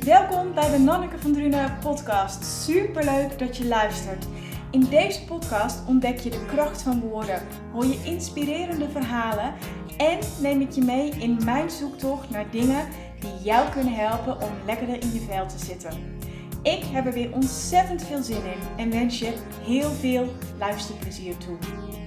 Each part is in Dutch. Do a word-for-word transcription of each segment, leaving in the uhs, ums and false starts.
Welkom bij de Nanneke van Drunen podcast. Superleuk dat je luistert. In deze podcast ontdek je de kracht van woorden, hoor je inspirerende verhalen en neem ik je mee in mijn zoektocht naar dingen die jou kunnen helpen om lekkerder in je vel te zitten. Ik heb er weer ontzettend veel zin in en wens je heel veel luisterplezier toe.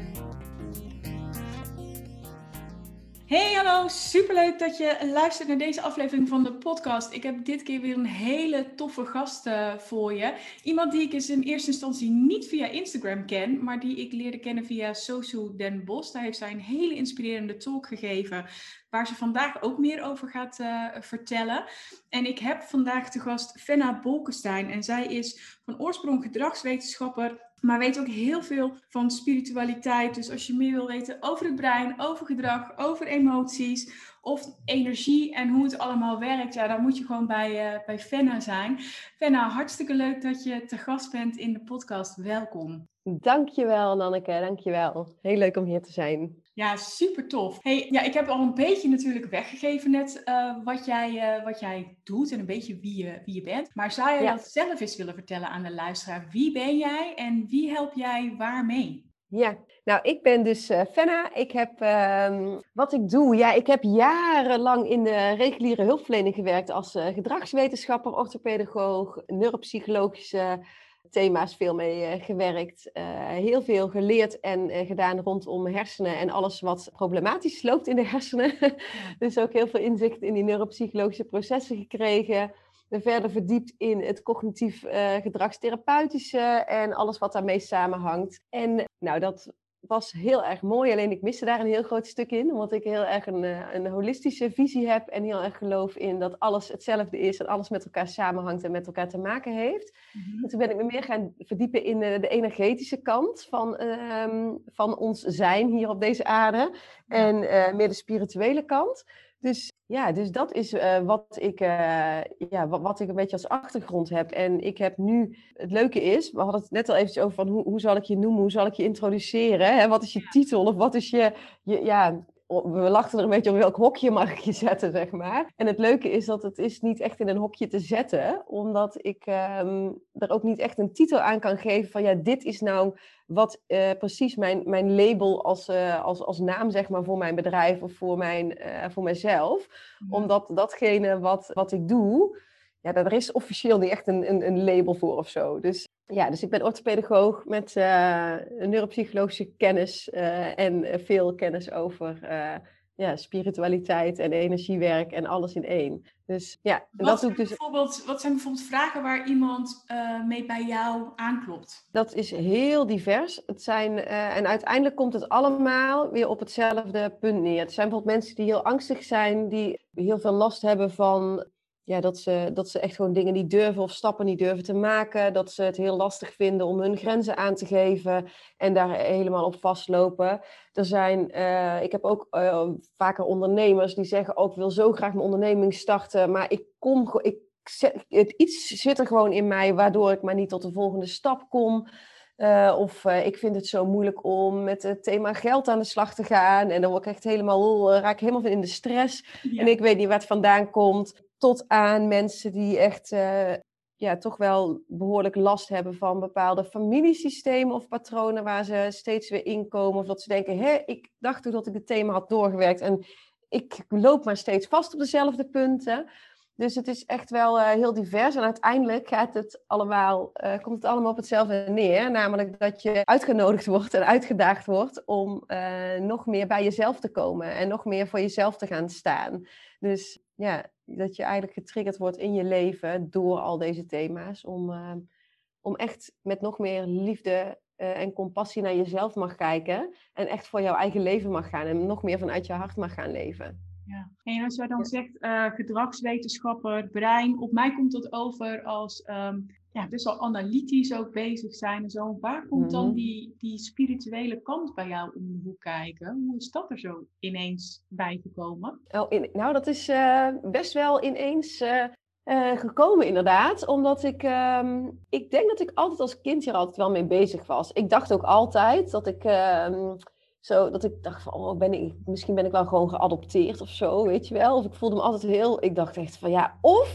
Hey, hallo, superleuk dat je luistert naar deze aflevering van de podcast. Ik heb dit keer weer een hele toffe gast uh, voor je. Iemand die ik eens in eerste instantie niet via Instagram ken, maar die ik leerde kennen via Sosu Den Bosch. Daar heeft zij een hele inspirerende talk gegeven, waar ze vandaag ook meer over gaat uh, vertellen. En ik heb vandaag te gast Fenna Bolkestein en zij is van oorsprong gedragswetenschapper, maar weet ook heel veel van spiritualiteit. Dus als je meer wil weten over het brein, over gedrag, over emoties of energie en hoe het allemaal werkt, ja, dan moet je gewoon bij, uh, bij Fenna zijn. Fenna, hartstikke leuk dat je te gast bent in de podcast. Welkom. Dankjewel, Nanneke, dankjewel. Heel leuk om hier te zijn. Ja, super tof. Hey, ja, ik heb al een beetje natuurlijk weggegeven net uh, wat, jij, uh, wat jij doet en een beetje wie je, wie je bent. Maar zou jij ja. dat zelf eens willen vertellen aan de luisteraar? Wie ben jij en wie help jij waarmee? Ja, nou ik ben dus uh, Fenna. Ik heb, uh, wat ik doe, ja, ik heb jarenlang in de reguliere hulpverlening gewerkt als uh, gedragswetenschapper, orthopedagoog, neuropsychologische thema's veel mee uh, gewerkt. Uh, heel veel geleerd en uh, gedaan rondom hersenen en alles wat problematisch loopt in de hersenen. Dus ook heel veel inzicht in die neuropsychologische processen gekregen. Verder verdiept in het cognitief uh, gedragstherapeutische en alles wat daarmee samenhangt. En nou, dat was heel erg mooi, alleen ik miste daar een heel groot stuk in, omdat ik heel erg een, een holistische visie heb en heel erg geloof in dat alles hetzelfde is en alles met elkaar samenhangt en met elkaar te maken heeft. Mm-hmm. En toen ben ik me meer gaan verdiepen in de, de energetische kant van, um, van ons zijn hier op deze aarde en uh, meer de spirituele kant. Dus ja, dus dat is uh, wat, ik, uh, ja, wat, wat ik een beetje als achtergrond heb. En ik heb nu, het leuke is, we hadden het net al eventjes over van hoe, hoe zal ik je noemen, hoe zal ik je introduceren? Hè? Wat is je titel of wat is je, je, ja, we lachten er een beetje op welk hokje mag ik je zetten, zeg maar. En het leuke is dat het is niet echt in een hokje te zetten, omdat ik um, er ook niet echt een titel aan kan geven van ja, dit is nou wat uh, precies mijn, mijn label als, uh, als, als naam zeg maar voor mijn bedrijf of voor, mijn, uh, voor mijzelf. Mm. Omdat datgene wat, wat ik doe, ja, daar is officieel niet echt een, een, een label voor of zo. Dus ja, dus ik ben orthopedagoog met uh, een neuropsychologische kennis uh, en uh, veel kennis over uh, ja, spiritualiteit en energiewerk en alles in één. Dus ja, en wat, dat zijn doe ik dus... bijvoorbeeld, wat zijn bijvoorbeeld vragen waar iemand uh, mee bij jou aanklopt? Dat is heel divers. Het zijn, uh, en uiteindelijk komt het allemaal weer op hetzelfde punt neer. Het zijn bijvoorbeeld mensen die heel angstig zijn, die heel veel last hebben van... Ja, dat ze, dat ze echt gewoon dingen niet durven of stappen niet durven te maken. Dat ze het heel lastig vinden om hun grenzen aan te geven en daar helemaal op vastlopen. Er zijn, uh, ik heb ook uh, vaker ondernemers die zeggen, ook oh, ik wil zo graag mijn onderneming starten, maar ik kom, ik, het, iets zit er gewoon in mij waardoor ik maar niet tot de volgende stap kom. Uh, of uh, ik vind het zo moeilijk om met het thema geld aan de slag te gaan. En dan word ik echt helemaal, uh, raak ik helemaal in de stress. Ja. En ik weet niet waar het vandaan komt. Tot aan mensen die echt uh, ja, toch wel behoorlijk last hebben van bepaalde familiesystemen of patronen waar ze steeds weer in komen. Of dat ze denken, hé, ik dacht toch dat ik het thema had doorgewerkt en ik loop maar steeds vast op dezelfde punten. Dus het is echt wel uh, heel divers en uiteindelijk gaat het allemaal, uh, komt het allemaal op hetzelfde neer. Namelijk dat je uitgenodigd wordt en uitgedaagd wordt om uh, nog meer bij jezelf te komen en nog meer voor jezelf te gaan staan. Dus ja, dat je eigenlijk getriggerd wordt in je leven door al deze thema's. Om, uh, om echt met nog meer liefde uh, en compassie naar jezelf mag kijken. En echt voor jouw eigen leven mag gaan. En nog meer vanuit je hart mag gaan leven. Ja. En als jij dan ja. zegt uh, gedragswetenschapper, brein. Op mij komt dat over als um, ja, best wel analytisch ook bezig zijn en zo. Waar komt mm-hmm. dan die, die spirituele kant bij jou om de hoek kijken? Hoe is dat er zo ineens bij gekomen? Oh, in, nou, dat is uh, best wel ineens uh, uh, gekomen inderdaad. Omdat ik, um, ik denk dat ik altijd als kind hier altijd wel mee bezig was. Ik dacht ook altijd dat ik... Uh, Zo dat ik dacht van, oh, ben ik, misschien ben ik wel gewoon geadopteerd of zo, weet je wel. Of ik voelde me altijd heel, ik dacht echt van ja, of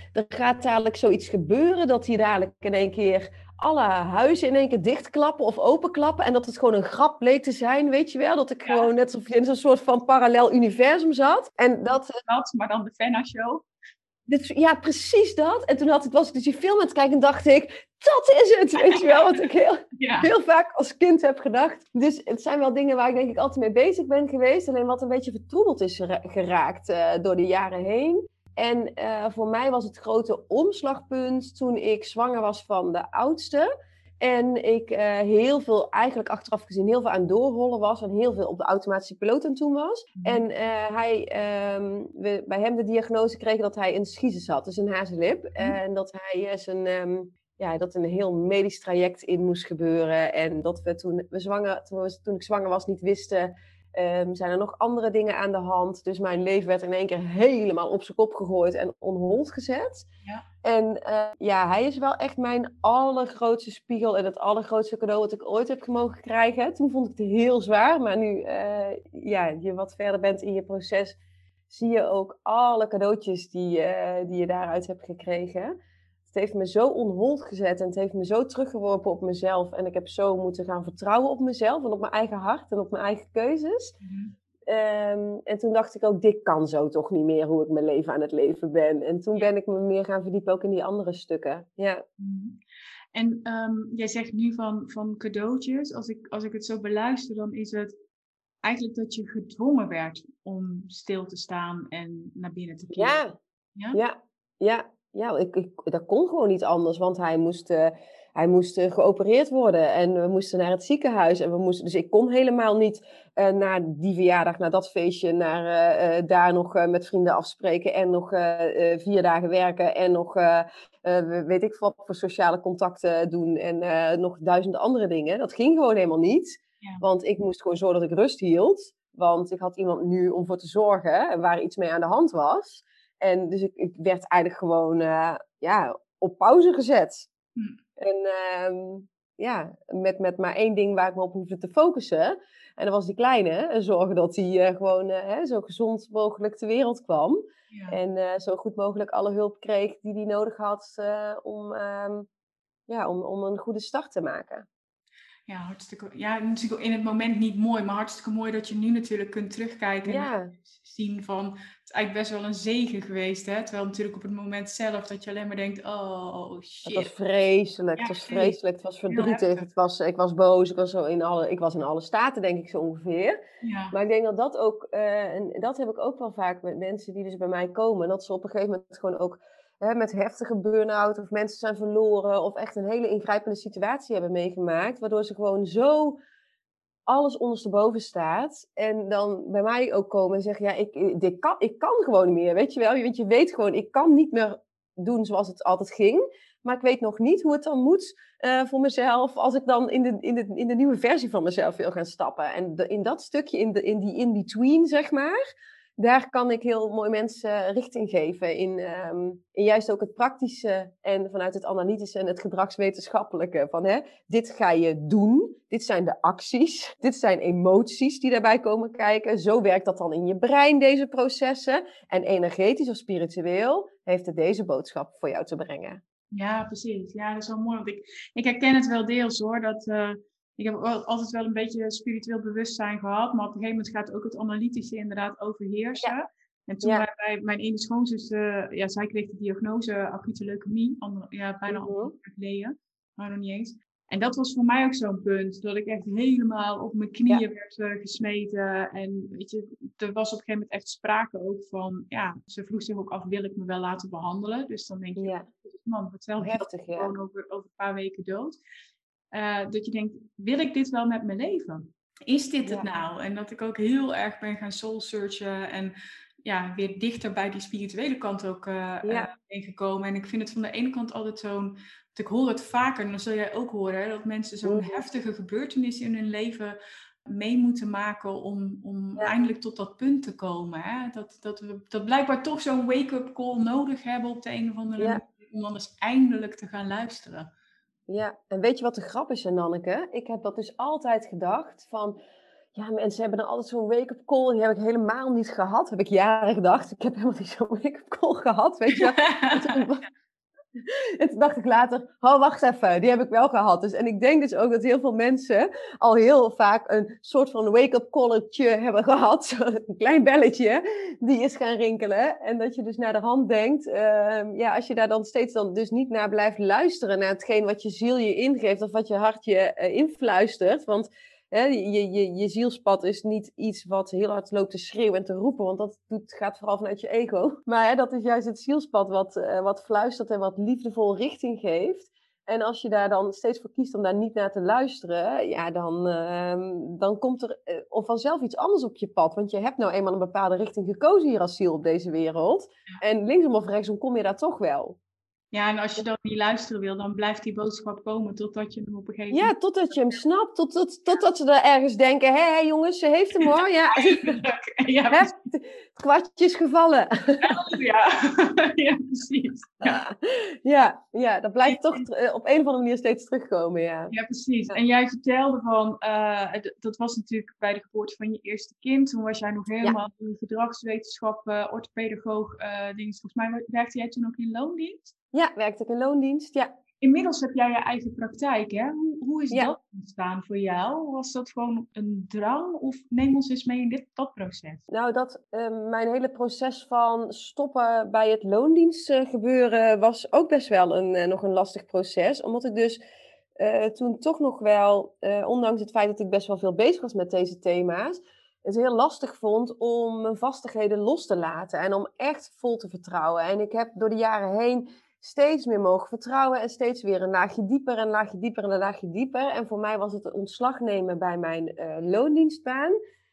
er gaat dadelijk zoiets gebeuren dat hier dadelijk in één keer alle huizen in één keer dichtklappen of openklappen. En dat het gewoon een grap bleek te zijn, weet je wel. Dat ik Ja. gewoon net alsof je in zo'n soort van parallel universum zat. En dat... dat maar dan de Fenna-show. Dit, ja, precies dat. En toen had ik, was ik dus die film aan het kijken en dacht ik, dat is het, weet je wel. Wat ik heel, Ja. heel vaak als kind heb gedacht. Dus het zijn wel dingen waar ik denk ik altijd mee bezig ben geweest. Alleen wat een beetje vertroebeld is gera- geraakt uh, door de jaren heen. En uh, voor mij was het grote omslagpunt toen ik zwanger was van de oudste. En ik uh, heel veel, eigenlijk achteraf gezien, heel veel aan het doorrollen was. En heel veel op de automatische piloot aan toen was. Mm. En uh, hij, um, we bij hem de diagnose kregen dat hij een schizus had, dus een hazenlip. Mm. En dat hij uh, zijn... Um, ja, dat een heel medisch traject in moest gebeuren. En dat we toen, we zwanger, toen, we, toen ik zwanger was niet wisten... Um, zijn er nog andere dingen aan de hand. Dus mijn leven werd in één keer helemaal op zijn kop gegooid en on hold gezet. Ja. En uh, ja, hij is wel echt mijn allergrootste spiegel en het allergrootste cadeau wat ik ooit heb mogen krijgen. Toen vond ik het heel zwaar, maar nu uh, ja, je wat verder bent in je proces, zie je ook alle cadeautjes die, uh, die je daaruit hebt gekregen. Het heeft me zo on hold gezet en het heeft me zo teruggeworpen op mezelf. En ik heb zo moeten gaan vertrouwen op mezelf en op mijn eigen hart en op mijn eigen keuzes. Mm-hmm. Um, en toen dacht ik ook, dit kan zo toch niet meer, hoe ik mijn leven aan het leven ben. En toen ben ik me meer gaan verdiepen ook in die andere stukken. Ja. Mm-hmm. En um, jij zegt nu van, van cadeautjes. Als ik, als ik het zo beluister, dan is het eigenlijk dat je gedwongen werd om stil te staan en naar binnen te keren. Ja, ja, ja. ja. Ja, ik, ik, dat kon gewoon niet anders, want hij moest, uh, hij moest uh, geopereerd worden en we moesten naar het ziekenhuis. En we moesten, dus ik kon helemaal niet uh, naar die verjaardag, naar dat feestje, naar uh, uh, daar nog uh, met vrienden afspreken en nog uh, uh, vier dagen werken en nog, uh, uh, weet ik wat voor sociale contacten doen en uh, nog duizend andere dingen. Dat ging gewoon helemaal niet, ja. Want ik moest gewoon zorgen dat ik rust hield, want ik had iemand nu om voor te zorgen waar iets mee aan de hand was. En dus ik, ik werd eigenlijk gewoon uh, ja, op pauze gezet. Hm. En uh, ja, met, met maar één ding waar ik me op hoefde te focussen. En dat was die kleine. En zorgen dat hij uh, gewoon uh, hè, zo gezond mogelijk ter wereld kwam. Ja. En uh, zo goed mogelijk alle hulp kreeg die hij nodig had uh, om, uh, ja, om, om een goede start te maken. Ja, hartstikke, ja, natuurlijk in het moment niet mooi, maar hartstikke mooi dat je nu natuurlijk kunt terugkijken ja. en zien van, het is eigenlijk best wel een zegen geweest, hè? Terwijl natuurlijk op het moment zelf dat je alleen maar denkt, oh shit. Het was vreselijk, ja, het was vreselijk, het was verdrietig, het was, ik was boos, ik was, zo in alle, ik was in alle staten denk ik zo ongeveer. Ja. Maar ik denk dat dat ook, uh, en dat heb ik ook wel vaak met mensen die dus bij mij komen, dat ze op een gegeven moment gewoon ook He, met heftige burn-out of mensen zijn verloren of echt een hele ingrijpende situatie hebben meegemaakt, waardoor ze gewoon zo alles ondersteboven staat en dan bij mij ook komen en zeggen, ja, ik, dit kan, ik kan gewoon niet meer, weet je wel, want je weet gewoon, ik kan niet meer doen zoals het altijd ging, maar ik weet nog niet hoe het dan moet uh, voor mezelf als ik dan in de, in, de, in de nieuwe versie van mezelf wil gaan stappen. En de, in dat stukje, in, de, in die in-between, zeg maar, daar kan ik heel mooi mensen richting geven in, um, in juist ook het praktische en vanuit het analytische en het gedragswetenschappelijke. Van hè, dit ga je doen, dit zijn de acties, dit zijn emoties die daarbij komen kijken. Zo werkt dat dan in je brein, deze processen. En energetisch of spiritueel heeft het deze boodschap voor jou te brengen. Ja, precies. Ja, dat is wel mooi. Want ik, ik herken het wel deels hoor, dat... Uh... Ik heb altijd wel een beetje spiritueel bewustzijn gehad, maar op een gegeven moment gaat ook het analytische inderdaad overheersen. Ja. En toen ja. bij, bij mijn ene schoonzus, uh, ja, zij kreeg de diagnose acute leukemie, ander, ja, bijna mm-hmm. anderhalf jaar geleden, maar nog niet eens. En dat was voor mij ook zo'n punt, dat ik echt helemaal op mijn knieën ja. werd uh, gesmeten. En weet je, er was op een gegeven moment echt sprake ook van, ja, ze vroeg zich ook af, wil ik me wel laten behandelen? Dus dan denk je, ja. man, vertel heftig, ja. gewoon over, over een paar weken dood. Uh, dat je denkt, wil ik dit wel met mijn leven? Is dit het ja. nou? En dat ik ook heel erg ben gaan soul searchen en ja, weer dichter bij die spirituele kant ook uh, ja. uh, ben gekomen. En ik vind het van de ene kant altijd zo'n, want ik hoor het vaker, en dan zul jij ook horen, hè, dat mensen zo'n mm-hmm. heftige gebeurtenis in hun leven mee moeten maken om, om ja. eindelijk tot dat punt te komen. Hè? Dat, dat we dat blijkbaar toch zo'n wake-up call nodig hebben op de een of andere ja. manier, om dan eens eindelijk te gaan luisteren. Ja, en weet je wat de grap is, Nanneke? Ik heb dat dus altijd gedacht van, ja, mensen hebben dan altijd zo'n wake-up call. Die heb ik helemaal niet gehad. Heb ik jaren gedacht. Ik heb helemaal niet zo'n wake-up call gehad, weet je. En toen, en toen dacht ik later, oh wacht even, die heb ik wel gehad. Dus, en ik denk dus ook dat heel veel mensen al heel vaak een soort van wake-up calletje hebben gehad. Een klein belletje, die is gaan rinkelen. En dat je dus naar de hand denkt, uh, ja, als je daar dan steeds dan dus niet naar blijft luisteren, naar hetgeen wat je ziel je ingeeft of wat je hart je uh, influistert. Want hè, je, je, je zielspad is niet iets wat heel hard loopt te schreeuwen en te roepen, want dat doet, gaat vooral vanuit je ego. Maar hè, dat is juist het zielspad wat, uh, wat fluistert en wat liefdevol richting geeft. En als je daar dan steeds voor kiest om daar niet naar te luisteren, ja, dan, uh, dan komt er uh, of vanzelf iets anders op je pad. Want je hebt nou eenmaal een bepaalde richting gekozen hier als ziel op deze wereld. Ja. En linksom of rechtsom kom je daar toch wel. Ja, en als je dan niet luisteren wil, dan blijft die boodschap komen totdat je hem op een gegeven moment... Ja, totdat je hem snapt. Tot, tot, totdat ze er ergens denken, hé hey, jongens, ze heeft hem hoor. Ja, ja, hè? Het kwartje is gevallen. Ja, ja precies. Ja. Ja, ja, dat blijft toch op een of andere manier steeds terugkomen. Ja, ja precies. En jij vertelde van, uh, d- dat was natuurlijk bij de geboorte van je eerste kind. Toen was jij nog helemaal in gedragswetenschappen, orthopedagoog, uh, dienst. Volgens mij werkte jij toen ook in loondienst? Ja, werkte ik in loondienst, ja. Inmiddels heb jij je eigen praktijk, hè? Hoe, hoe is ja. dat ontstaan voor jou? Was dat gewoon een drang of neem ons eens mee in dit, dat proces? Nou, dat, uh, mijn hele proces van stoppen bij het loondienst uh, gebeuren was ook best wel een, uh, nog een lastig proces. Omdat ik dus uh, toen toch nog wel, uh, ondanks het feit dat ik best wel veel bezig was met deze thema's, het heel lastig vond om mijn vastigheden los te laten en om echt vol te vertrouwen. En ik heb door de jaren heen steeds meer mogen vertrouwen en steeds weer een laagje dieper, een laagje dieper en een laagje dieper. En voor mij was het een ontslag nemen bij mijn uh, loondienstbaan.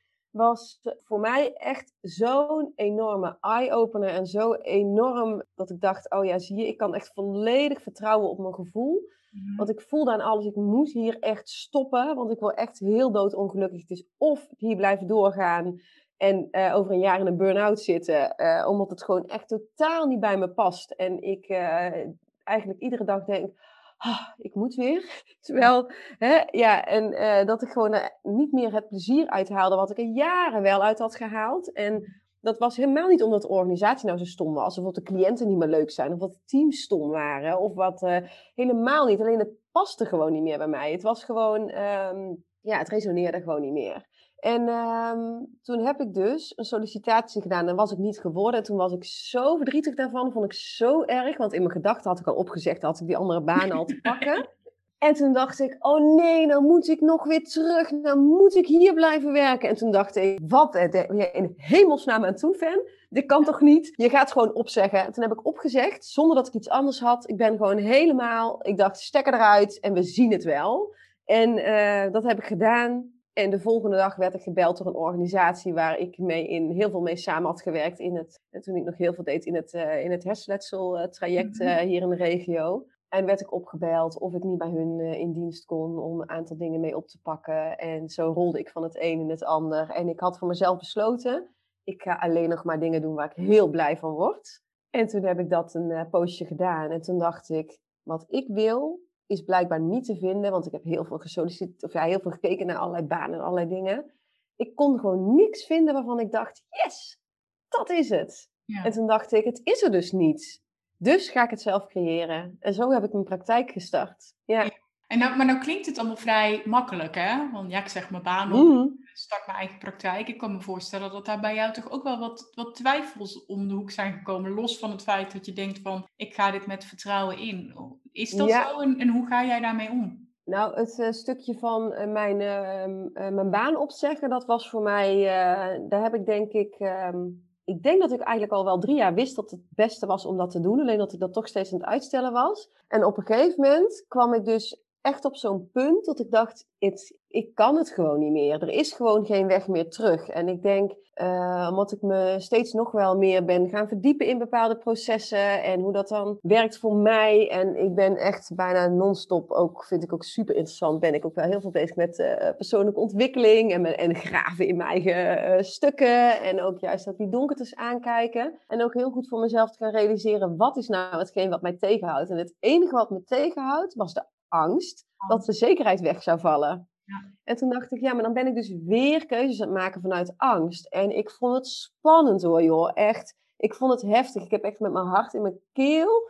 Was voor mij echt zo'n enorme eye-opener en zo enorm dat ik dacht, oh ja, zie je, ik kan echt volledig vertrouwen op mijn gevoel. Mm-hmm. Want ik voelde aan alles, ik moet hier echt stoppen, want ik word echt heel doodongelukkig. Het is of hier blijven doorgaan en uh, over een jaar in een burn-out zitten, uh, omdat het gewoon echt totaal niet bij me past. En ik uh, eigenlijk iedere dag denk, ah, ik moet weer. Terwijl, hè, ja, en uh, dat ik gewoon uh, niet meer het plezier uithaalde wat ik er jaren wel uit had gehaald. En dat was helemaal niet omdat de organisatie nou zo stom was, of dat de cliënten niet meer leuk zijn, of dat de teams stom waren, of wat, uh, helemaal niet. Alleen het paste gewoon niet meer bij mij. Het was gewoon, um, ja, het resoneerde gewoon niet meer. En um, toen heb ik dus een sollicitatie gedaan en was ik niet geworden. En toen was ik zo verdrietig daarvan, vond ik zo erg. Want in mijn gedachten had ik al opgezegd, had ik die andere banen al te pakken. En toen dacht ik, oh nee, nou moet ik nog weer terug. Nou moet ik hier blijven werken. En toen dacht ik, wat ben je in hemelsnaam aan het doen, Fan? Dit kan toch niet? Je gaat gewoon opzeggen. En toen heb ik opgezegd, zonder dat ik iets anders had. Ik ben gewoon helemaal, ik dacht, stekker eruit en we zien het wel. En uh, dat heb ik gedaan. En de volgende dag werd ik gebeld door een organisatie waar ik mee in, heel veel mee samen had gewerkt. In het, toen ik nog heel veel deed in het, uh, in het hersenletsel traject uh, hier in de regio. En werd ik opgebeld of ik niet bij hun uh, in dienst kon om een aantal dingen mee op te pakken. En zo rolde ik van het een in het ander. En ik had voor mezelf besloten, ik ga alleen nog maar dingen doen waar ik heel blij van word. En toen heb ik dat een uh, poosje gedaan. En toen dacht ik, wat ik wil is blijkbaar niet te vinden. Want ik heb heel veel gesolliciteerd, of ja, heel veel gekeken naar allerlei banen en allerlei dingen. Ik kon gewoon niks vinden waarvan ik dacht, yes, dat is het. Ja. En toen dacht ik, het is er dus niet. Dus ga ik het zelf creëren. En zo heb ik mijn praktijk gestart. Ja. Ja. En nou, maar nou klinkt het allemaal vrij makkelijk, hè? Want ja, ik zeg mijn baan op, mm. start mijn eigen praktijk. Ik kan me voorstellen dat daar bij jou toch ook wel wat, wat twijfels om de hoek zijn gekomen. Los van het feit dat je denkt van, ik ga dit met vertrouwen in. Is dat ja. zo? En, en hoe ga jij daarmee om? Nou, het uh, stukje van uh, mijn, uh, uh, mijn baan opzeggen, dat was voor mij, uh, daar heb ik denk ik... Um, Ik denk dat ik eigenlijk al wel drie jaar wist dat het het beste was om dat te doen. Alleen dat ik dat toch steeds aan het uitstellen was. En op een gegeven moment kwam ik dus echt op zo'n punt dat ik dacht, it, ik kan het gewoon niet meer. Er is gewoon geen weg meer terug. En ik denk, uh, omdat ik me steeds nog wel meer ben gaan verdiepen in bepaalde processen en hoe dat dan werkt voor mij. En ik ben echt bijna non-stop, ook vind ik ook super interessant, ben ik ook wel heel veel bezig met uh, persoonlijke ontwikkeling en, met, en graven in mijn eigen uh, stukken. En ook juist ook die donkertes aankijken. En ook heel goed voor mezelf te gaan realiseren, wat is nou hetgeen wat mij tegenhoudt. En het enige wat me tegenhoudt was de angst dat de zekerheid weg zou vallen. Ja. En toen dacht ik, ja, maar dan ben ik dus weer keuzes aan het maken vanuit angst. En ik vond het spannend hoor, joh. Echt, ik vond het heftig. Ik heb echt met mijn hart in mijn keel,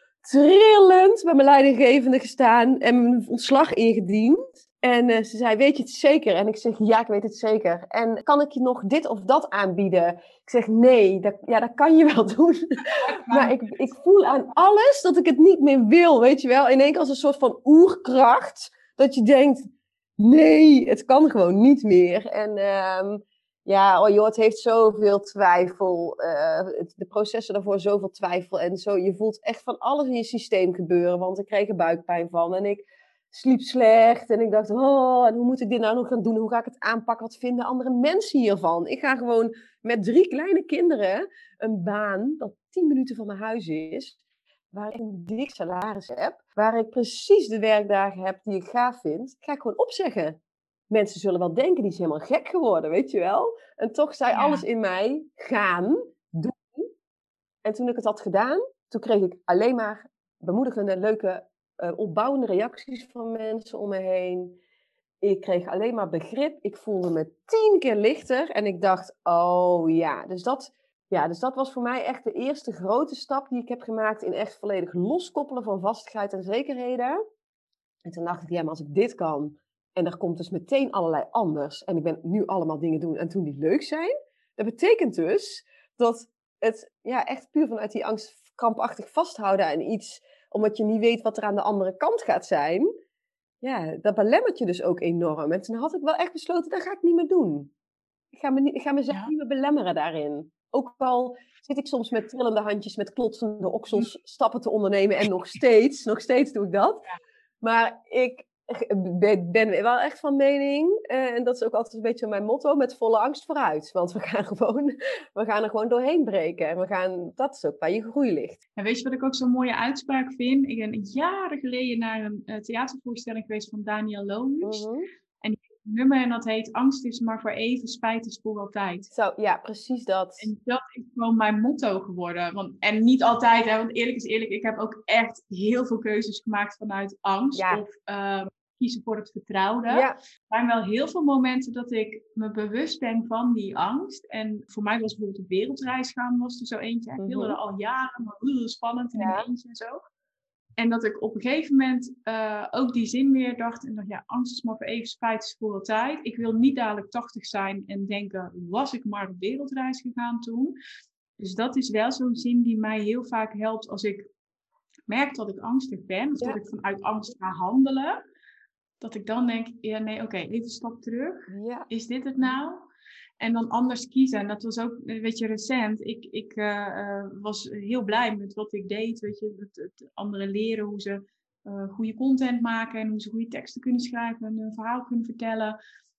trillend bij mijn leidinggevende gestaan en mijn ontslag ingediend. En uh, ze zei, weet je het zeker? En ik zeg, ja, ik weet het zeker. En kan ik je nog dit of dat aanbieden? Ik zeg, nee, dat, ja, dat kan je wel doen. Maar ik, ik voel aan alles dat ik het niet meer wil, weet je wel. In één keer als een soort van oerkracht, dat je denkt, nee, het kan gewoon niet meer. En uh, ja, oh joh, het heeft zoveel twijfel. Uh, het, de processen daarvoor zoveel twijfel. En zo, je voelt echt van alles in je systeem gebeuren. Want ik kreeg er buikpijn van. En ik sliep slecht. En ik dacht, oh, en hoe moet ik dit nou nog gaan doen? Hoe ga ik het aanpakken? Wat vinden andere mensen hiervan? Ik ga gewoon met drie kleine kinderen een baan dat tien minuten van mijn huis is. Waar ik een dik salaris heb. Waar ik precies de werkdagen heb die ik gaaf vind. Ga ik gewoon opzeggen. Mensen zullen wel denken, die is helemaal gek geworden, weet je wel. En toch zei Ja. alles in mij, gaan, doen. En toen ik het had gedaan, toen kreeg ik alleen maar bemoedigende, leuke, uh, opbouwende reacties van mensen om me heen. Ik kreeg alleen maar begrip. Ik voelde me tien keer lichter. En ik dacht, oh ja. Dus dat, ja, dus dat was voor mij echt de eerste grote stap die ik heb gemaakt in echt volledig loskoppelen van vastigheid en zekerheden. En toen dacht ik, ja, maar als ik dit kan, en er komt dus meteen allerlei anders, en ik ben nu allemaal dingen doen en toen die leuk zijn, dat betekent dus dat het ja, echt puur vanuit die angst krampachtig vasthouden aan iets, omdat je niet weet wat er aan de andere kant gaat zijn, ja, dat belemmert je dus ook enorm. En toen had ik wel echt besloten, dat ga ik niet meer doen. Ik ga, me niet, ik ga mezelf Ja. niet meer belemmeren daarin. Ook al zit ik soms met trillende handjes, met klotsende oksels stappen te ondernemen en nog steeds, nog steeds doe ik dat. Ja. Maar ik ben, ben wel echt van mening, uh, en dat is ook altijd een beetje mijn motto, met volle angst vooruit. Want we gaan, gewoon, we gaan er gewoon doorheen breken. En we gaan, dat is ook waar je groei ligt. En weet je wat ik ook zo'n mooie uitspraak vind? Ik ben jaren geleden naar een uh, theatervoorstelling geweest van Daniel Lohuus. Mm-hmm. En die heeft een nummer en dat heet Angst is maar voor even, spijt is voor altijd. Zo, ja, precies dat. En dat is gewoon mijn motto geworden. Want, en niet altijd, hè, want eerlijk is eerlijk, ik heb ook echt heel veel keuzes gemaakt vanuit angst. Ja. Of uh, kiezen voor het vertrouwde. Ja. Er zijn wel heel veel momenten dat ik me bewust ben van die angst. En voor mij was bijvoorbeeld een wereldreis gaan, was er zo eentje. Ik wilde er al jaren, maar heel spannend en in Ja. eentje en zo. En dat ik op een gegeven moment uh, ook die zin weer dacht. En dacht, ja, angst is maar voor even, spijt is voor altijd. Ik wil niet dadelijk tachtig zijn en denken, was ik maar op wereldreis gegaan toen. Dus dat is wel zo'n zin die mij heel vaak helpt als ik merk dat ik angstig ben. Of Ja. dat ik vanuit angst ga handelen. Dat ik dan denk, ja nee, oké, okay, even stap terug. Ja. Is dit het nou? En dan anders kiezen. En dat was ook, weet je, recent. Ik, ik uh, uh, was heel blij met wat ik deed. Weet je, het, het anderen leren hoe ze uh, goede content maken. En hoe ze goede teksten kunnen schrijven. En een verhaal kunnen vertellen.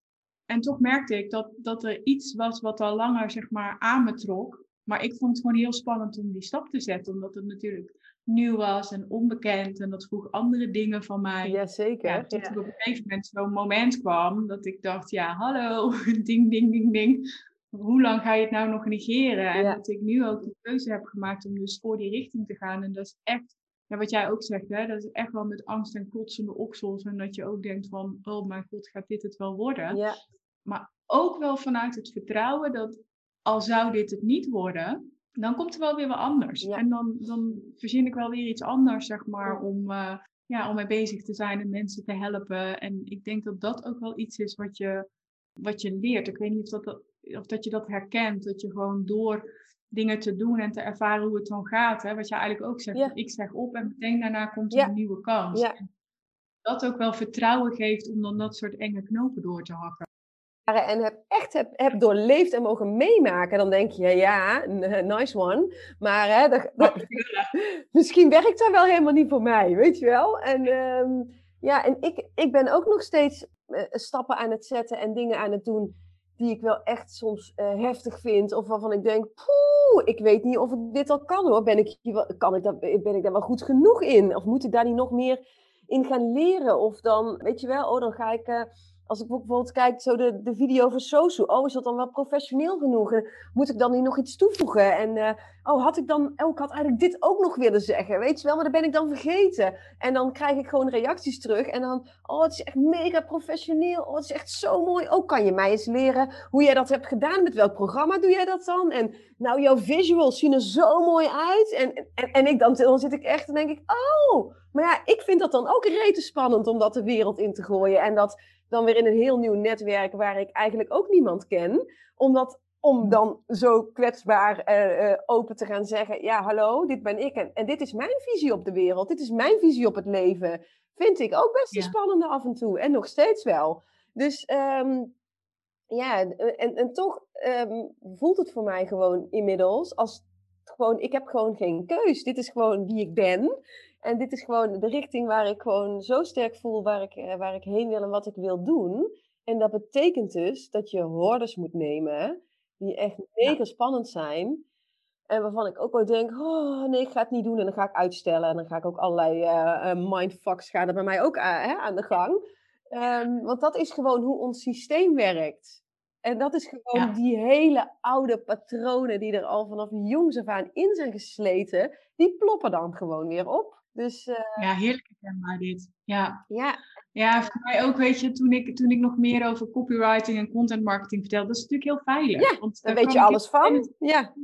En toch merkte ik dat, dat er iets was wat al langer, zeg maar, aan me trok. Maar ik vond het gewoon heel spannend om die stap te zetten. Omdat het natuurlijk nieuw was en onbekend. En dat vroeg andere dingen van mij. Jazeker. Ja, tot ja. er op een gegeven moment zo'n moment kwam. Dat ik dacht, ja, hallo, ding, ding, ding, ding. Hoe lang ga je het nou nog negeren? En Ja. dat ik nu ook de keuze heb gemaakt om dus voor die richting te gaan. En dat is echt, ja, wat jij ook zegt, hè, dat is echt wel met angst en klotsende oksels. En dat je ook denkt van, oh mijn god, gaat dit het wel worden? Ja. Maar ook wel vanuit het vertrouwen dat, al zou dit het niet worden, dan komt er wel weer wat anders. Ja. En dan, dan verzin ik wel weer iets anders, zeg maar, om, uh, ja, om mee bezig te zijn en mensen te helpen. En ik denk dat dat ook wel iets is wat je, wat je leert. Ik weet niet of dat, of dat je dat herkent, dat je gewoon door dingen te doen en te ervaren hoe het dan gaat. Hè? Wat je eigenlijk ook zegt, Ja. ik zeg op en meteen daarna komt er Ja. een nieuwe kans. Ja. En dat ook wel vertrouwen geeft om dan dat soort enge knopen door te hakken. En heb echt heb, heb doorleefd en mogen meemaken, dan denk je, ja, nice one. Maar hè, dat, dat, misschien werkt dat wel helemaal niet voor mij, weet je wel. En, um, ja, en ik, ik ben ook nog steeds uh, stappen aan het zetten en dingen aan het doen die ik wel echt soms uh, heftig vind. Of waarvan ik denk, poeh, ik weet niet of ik dit al kan hoor. Ben ik, kan ik dat, ben ik daar wel goed genoeg in? Of moet ik daar niet nog meer in gaan leren? Of dan, weet je wel, oh, dan ga ik... Uh, Als ik bijvoorbeeld kijk, zo de, de video van Sosu. Oh, is dat dan wel professioneel genoeg? En moet ik dan niet nog iets toevoegen? En uh, oh, had ik dan, oh, ik had eigenlijk dit ook nog willen zeggen, weet je wel, maar dat ben ik dan vergeten. En dan krijg ik gewoon reacties terug en dan, oh, het is echt mega professioneel, oh, het is echt zo mooi. Oh, kan je mij eens leren hoe jij dat hebt gedaan? Met welk programma doe jij dat dan? En nou, jouw visuals zien er zo mooi uit. En, en, en ik dan, dan zit ik echt en denk ik, oh, maar ja, ik vind dat dan ook rete spannend om dat de wereld in te gooien. En dat dan weer in een heel nieuw netwerk waar ik eigenlijk ook niemand ken. Omdat, om dan zo kwetsbaar uh, uh, open te gaan zeggen, ja, hallo, dit ben ik. En, en dit is mijn visie op de wereld. Dit is mijn visie op het leven. Vind ik ook best een Ja. spannende af en toe. En nog steeds wel. Dus um, ja, en, en toch um, voelt het voor mij gewoon inmiddels als gewoon, ik heb gewoon geen keus. Dit is gewoon wie ik ben. En dit is gewoon de richting waar ik gewoon zo sterk voel waar ik, uh, waar ik heen wil en wat ik wil doen. En dat betekent dus dat je hordes moet nemen die echt mega Ja. spannend zijn. En waarvan ik ook ooit denk, oh nee, ik ga het niet doen. En dan ga ik uitstellen. En dan ga ik ook allerlei uh, uh, mindfucks gaan er bij mij ook aan, hè, aan de gang. Um, want dat is gewoon hoe ons systeem werkt. En dat is gewoon Ja. die hele oude patronen die er al vanaf jongs af aan in zijn gesleten. Die ploppen dan gewoon weer op. Dus uh, Ja, heerlijk herkenbaar dit. Ja. ja. Ja, voor mij ook, weet je, toen ik, toen ik nog meer over copywriting en content marketing vertelde, dat is natuurlijk heel veilig. Ja, want daar daar weet je kan ik alles van. Ja.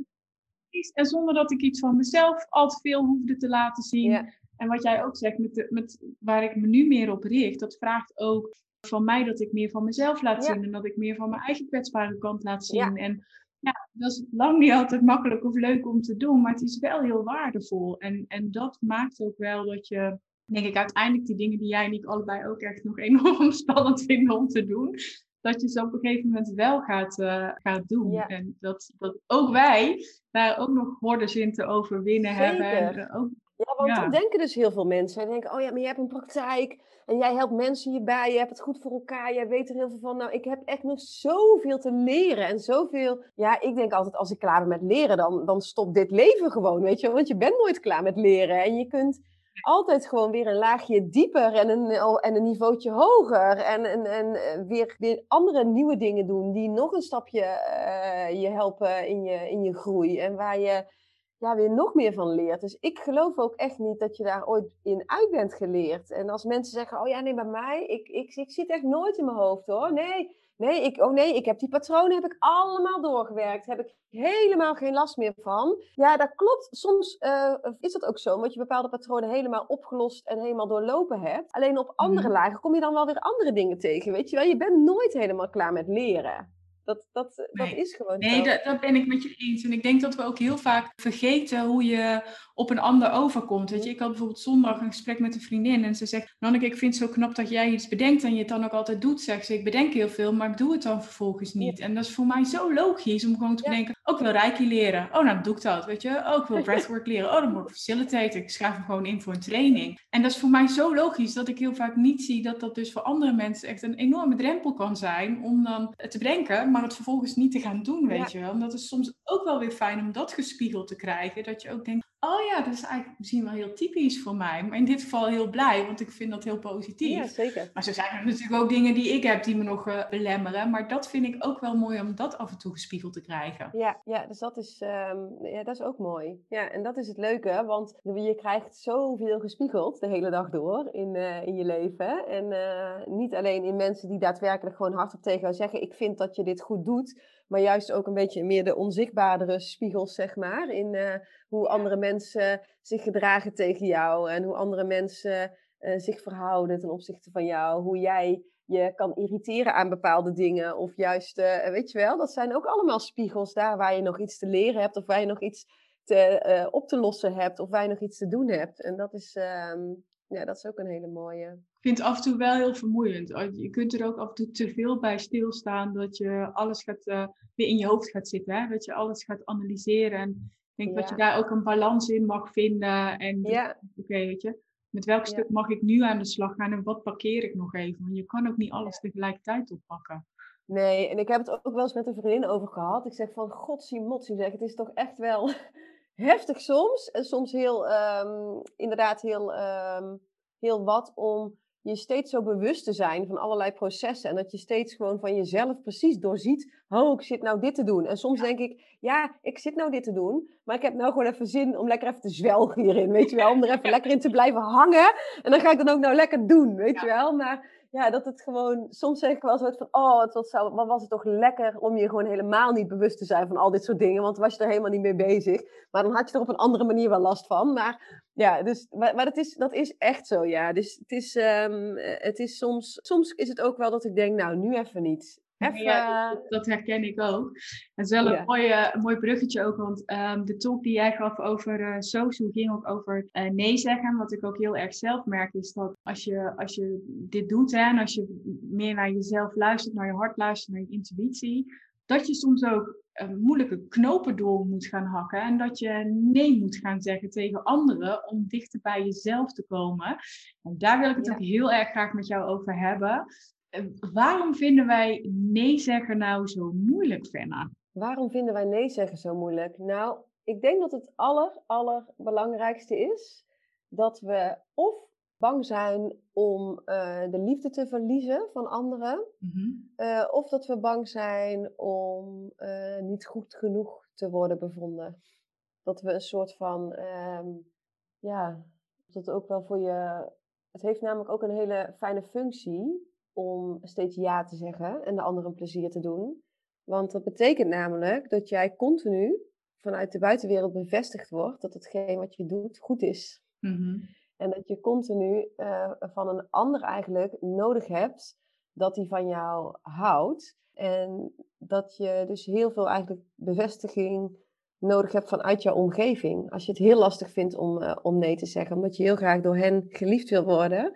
En zonder dat ik iets van mezelf al te veel hoefde te laten zien. Ja. En wat jij ook zegt, met, de, met waar ik me nu meer op richt, dat vraagt ook van mij dat ik meer van mezelf laat Ja. zien. En dat ik meer van mijn eigen kwetsbare kant laat zien. Ja. En ja, dat is lang niet altijd makkelijk of leuk om te doen, maar het is wel heel waardevol. En, en dat maakt ook wel dat je, denk ik, uiteindelijk die dingen die jij en ik allebei ook echt nog enorm spannend vinden om te doen, dat je ze op een gegeven moment wel gaat, uh, gaat doen. Ja. En dat, dat ook wij daar ook nog hordes in te overwinnen Zeker. hebben. En, uh, ook, ja, want ja. dat denken dus heel veel mensen. Ze denken, oh ja, maar je hebt een praktijk en jij helpt mensen hierbij, je hebt het goed voor elkaar, jij weet er heel veel van. Nou, ik heb echt nog zoveel te leren en zoveel. Ja, ik denk altijd, als ik klaar ben met leren, dan, dan stopt dit leven gewoon, weet je. Want je bent nooit klaar met leren en je kunt altijd gewoon weer een laagje dieper en een, en een niveautje hoger. En, en, en weer, weer andere nieuwe dingen doen die nog een stapje uh, je helpen in je, in je groei. En waar je ja, weer nog meer van leert. Dus ik geloof ook echt niet dat je daar ooit in uit bent geleerd. En als mensen zeggen, oh ja, nee, bij mij, ik, ik, ik zie het echt nooit in mijn hoofd hoor. Nee, nee, ik, oh nee, ik heb die patronen heb ik allemaal doorgewerkt. Heb ik helemaal geen last meer van. Ja, dat klopt. Soms uh, is dat ook zo, omdat je bepaalde patronen helemaal opgelost en helemaal doorlopen hebt. Alleen op andere Mm-hmm. lagen kom je dan wel weer andere dingen tegen, weet je wel. Je bent nooit helemaal klaar met leren. Dat, dat, Nee. dat is gewoon nee, zo. Nee, dat ben ik met je eens. En ik denk dat we ook heel vaak vergeten hoe je op een ander overkomt. Weet je, ik had bijvoorbeeld zondag een gesprek met een vriendin en ze zegt, Nanneke, ik vind het zo knap dat jij iets bedenkt en je het dan ook altijd doet. Zegt ze, ik bedenk heel veel, maar ik doe het dan vervolgens niet. Ja. En dat is voor mij zo logisch om gewoon te ja. bedenken, ook oh, wil Reiki leren. Oh, nou, dan doe ik dat, weet je. Oh, ik wil breathwork leren. Oh, dan word ik facilitator. Ik schrijf hem gewoon in voor een training. En dat is voor mij zo logisch dat ik heel vaak niet zie dat dat dus voor andere mensen echt een enorme drempel kan zijn om dan te bedenken, maar het vervolgens niet te gaan doen, weet ja. je wel. En dat is soms ook wel weer fijn om dat gespiegeld te krijgen. Dat je ook denkt, oh ja, dat is eigenlijk misschien wel heel typisch voor mij. Maar in dit geval heel blij, want ik vind dat heel positief. Ja, zeker. Maar zo zijn er natuurlijk ook dingen die ik heb die me nog uh, belemmeren. Maar dat vind ik ook wel mooi om dat af en toe gespiegeld te krijgen. Ja, ja dus dat is, um, ja, dat is ook mooi. Ja, en dat is het leuke, want je krijgt zoveel gespiegeld de hele dag door in, uh, in je leven. En uh, niet alleen in mensen die daadwerkelijk gewoon hardop tegen jou zeggen, ik vind dat je dit goed doet. Maar juist ook een beetje meer de onzichtbaardere spiegels, zeg maar. In uh, hoe andere mensen zich gedragen tegen jou. En hoe andere mensen uh, zich verhouden ten opzichte van jou. Hoe jij je kan irriteren aan bepaalde dingen. Of juist, uh, weet je wel, dat zijn ook allemaal spiegels daar waar je nog iets te leren hebt. Of waar je nog iets te, uh, op te lossen hebt. Of waar je nog iets te doen hebt. En dat is, um, ja, dat is ook een hele mooie. Ik vind het af en toe wel heel vermoeiend. Je kunt er ook af en toe te veel bij stilstaan. Dat je alles gaat, uh, weer in je hoofd gaat zitten. Hè? Dat je alles gaat analyseren. En ik denk ja. dat je daar ook een balans in mag vinden. En ja. oké, okay, weet je. Met welk ja. stuk mag ik nu aan de slag gaan? En wat parkeer ik nog even? Want je kan ook niet alles ja. tegelijkertijd oppakken. Nee, en ik heb het ook wel eens met een vriendin over gehad. Ik zeg van, godsie motsie, zeg, het is toch echt wel heftig soms. En soms heel, um, inderdaad heel, um, heel wat om je steeds zo bewust te zijn van allerlei processen. En dat je steeds gewoon van jezelf precies doorziet. Oh, ik zit nou dit te doen. En soms denk ik, ja, ik zit nou dit te doen. Maar ik heb nou gewoon even zin om lekker even te zwelgen hierin. Weet je wel, om er even lekker in te blijven hangen. En dan ga ik dat ook nou lekker doen, weet Ja. je wel. Maar ja, dat het gewoon... Soms zeg ik wel zo van, oh, het was, wat was het toch lekker om je gewoon helemaal niet bewust te zijn van al dit soort dingen. Want dan was je er helemaal niet mee bezig. Maar dan had je er op een andere manier wel last van. Maar ja, dus, maar, maar dat, is, dat is echt zo, ja. Dus het is, um, het is soms... Soms is het ook wel dat ik denk, nou, nu even niet. Even... Ja, dat, dat herken ik ook. Het is wel een, Ja. mooie, een mooi bruggetje ook, want um, de talk die jij gaf over uh, SOSU ging ook over uh, nee zeggen. Wat ik ook heel erg zelf merk is dat als je, als je dit doet hè, en als je meer naar jezelf luistert, naar je hart luistert, naar je intuïtie, dat je soms ook uh, moeilijke knopen door moet gaan hakken en dat je nee moet gaan zeggen tegen anderen om dichter bij jezelf te komen. En daar wil ik het Ja. ook heel erg graag met jou over hebben. Waarom vinden wij nee zeggen nou zo moeilijk, Fenna? Waarom vinden wij nee zeggen zo moeilijk? Nou, ik denk dat het aller, allerbelangrijkste is dat we of bang zijn om uh, de liefde te verliezen van anderen, Mm-hmm. uh, of dat we bang zijn om uh, niet goed genoeg te worden bevonden. Dat we een soort van, um, ja, dat het ook wel voor je... Het heeft namelijk ook een hele fijne functie om steeds ja te zeggen en de ander een plezier te doen. Want dat betekent namelijk dat jij continu vanuit de buitenwereld bevestigd wordt dat hetgeen wat je doet goed is. Mm-hmm. En dat je continu uh, van een ander eigenlijk nodig hebt dat hij van jou houdt. En dat je dus heel veel eigenlijk bevestiging nodig hebt vanuit jouw omgeving. Als je het heel lastig vindt om, uh, om nee te zeggen, omdat je heel graag door hen geliefd wil worden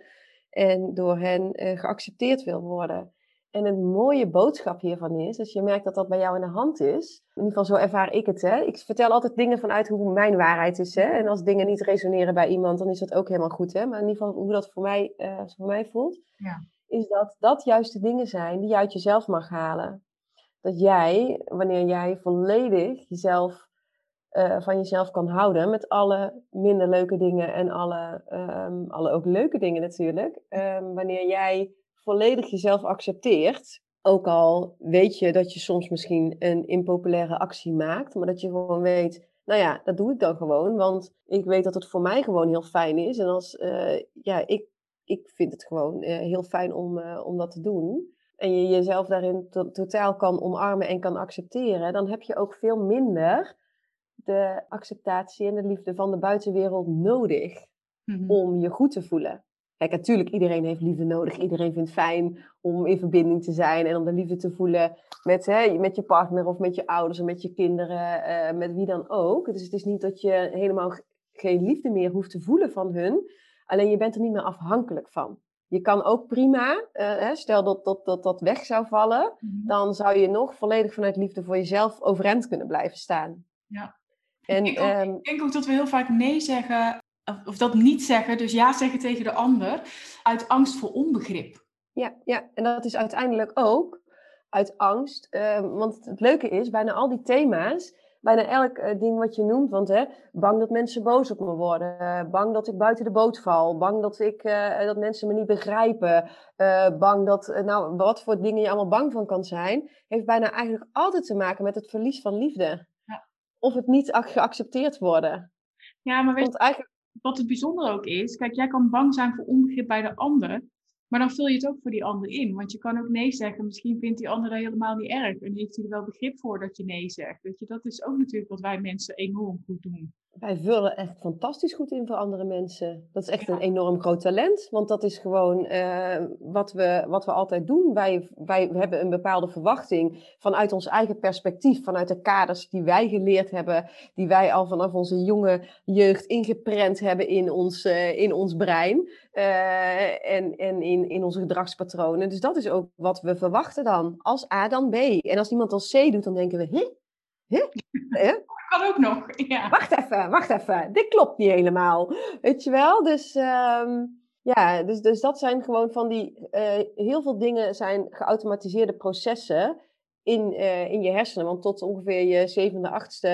en door hen uh, geaccepteerd wil worden. En een mooie boodschap hiervan is, als je merkt dat dat bij jou in de hand is, in ieder geval zo ervaar ik het, hè. Ik vertel altijd dingen vanuit hoe mijn waarheid is, hè. En als dingen niet resoneren bij iemand, dan is dat ook helemaal goed, hè. Maar in ieder geval hoe dat voor mij, uh, voor mij voelt, ja. is dat dat juist de dingen zijn die je uit jezelf mag halen. Dat jij, wanneer jij volledig jezelf, uh, van jezelf kan houden, met alle minder leuke dingen en alle, um, alle ook leuke dingen natuurlijk, um, wanneer jij volledig jezelf accepteert, ook al weet je dat je soms misschien een impopulaire actie maakt, maar dat je gewoon weet, nou ja, dat doe ik dan gewoon, want ik weet dat het voor mij gewoon heel fijn is. En als, uh, ja, ik, ik vind het gewoon uh, heel fijn om, uh, om dat te doen. En je jezelf daarin to- totaal kan omarmen en kan accepteren, dan heb je ook veel minder de acceptatie en de liefde van de buitenwereld nodig Mm-hmm. om je goed te voelen. Kijk, natuurlijk, iedereen heeft liefde nodig. Iedereen vindt het fijn om in verbinding te zijn en om de liefde te voelen met, hè, met je partner of met je ouders of met je kinderen, uh, met wie dan ook. Dus het is niet dat je helemaal g- geen liefde meer hoeft te voelen van hun. Alleen je bent er niet meer afhankelijk van. Je kan ook prima, uh, hè, stel dat, dat dat dat weg zou vallen, Mm-hmm. dan zou je nog volledig vanuit liefde voor jezelf overeind kunnen blijven staan. Ja. En, ik, denk ook, um, ik denk ook dat we heel vaak nee zeggen, of, of dat niet zeggen, dus ja zeggen tegen de ander, uit angst voor onbegrip. Ja, ja, en dat is uiteindelijk ook uit angst. Uh, want het leuke is, bijna al die thema's, bijna elk uh, ding wat je noemt, want hè, bang dat mensen boos op me worden, uh, bang dat ik buiten de boot val, bang dat, ik, uh, dat mensen me niet begrijpen, uh, bang dat, uh, nou, wat voor dingen je allemaal bang van kan zijn, heeft bijna eigenlijk altijd te maken met het verlies van liefde. Ja. Of het niet geaccepteerd worden. Ja, maar weet Want eigenlijk... wat het bijzonder ook is, kijk, jij kan bang zijn voor onbegrip bij de ander, maar dan vul je het ook voor die ander in. Want je kan ook nee zeggen, misschien vindt die ander dat helemaal niet erg en heeft hij er wel begrip voor dat je nee zegt. Weet je, dat is ook natuurlijk wat wij mensen enorm goed doen. Wij vullen echt fantastisch goed in voor andere mensen. Dat is echt ja. een enorm groot talent. Want dat is gewoon uh, wat, we, wat we altijd doen. Wij, wij hebben een bepaalde verwachting vanuit ons eigen perspectief. Vanuit de kaders die wij geleerd hebben. Die wij al vanaf onze jonge jeugd ingeprent hebben in ons, uh, in ons brein. Uh, en en in, in onze gedragspatronen. Dus dat is ook wat we verwachten dan. Als A dan B. En als iemand als C doet, dan denken we... Hé? Huh? Huh? Kan ook nog, ja. Wacht even, wacht even. Dit klopt niet helemaal. Weet je wel? Dus, um, ja, dus, dus dat zijn gewoon van die... Uh, heel veel dingen zijn geautomatiseerde processen in, uh, in je hersenen. Want tot ongeveer je zevende, achtste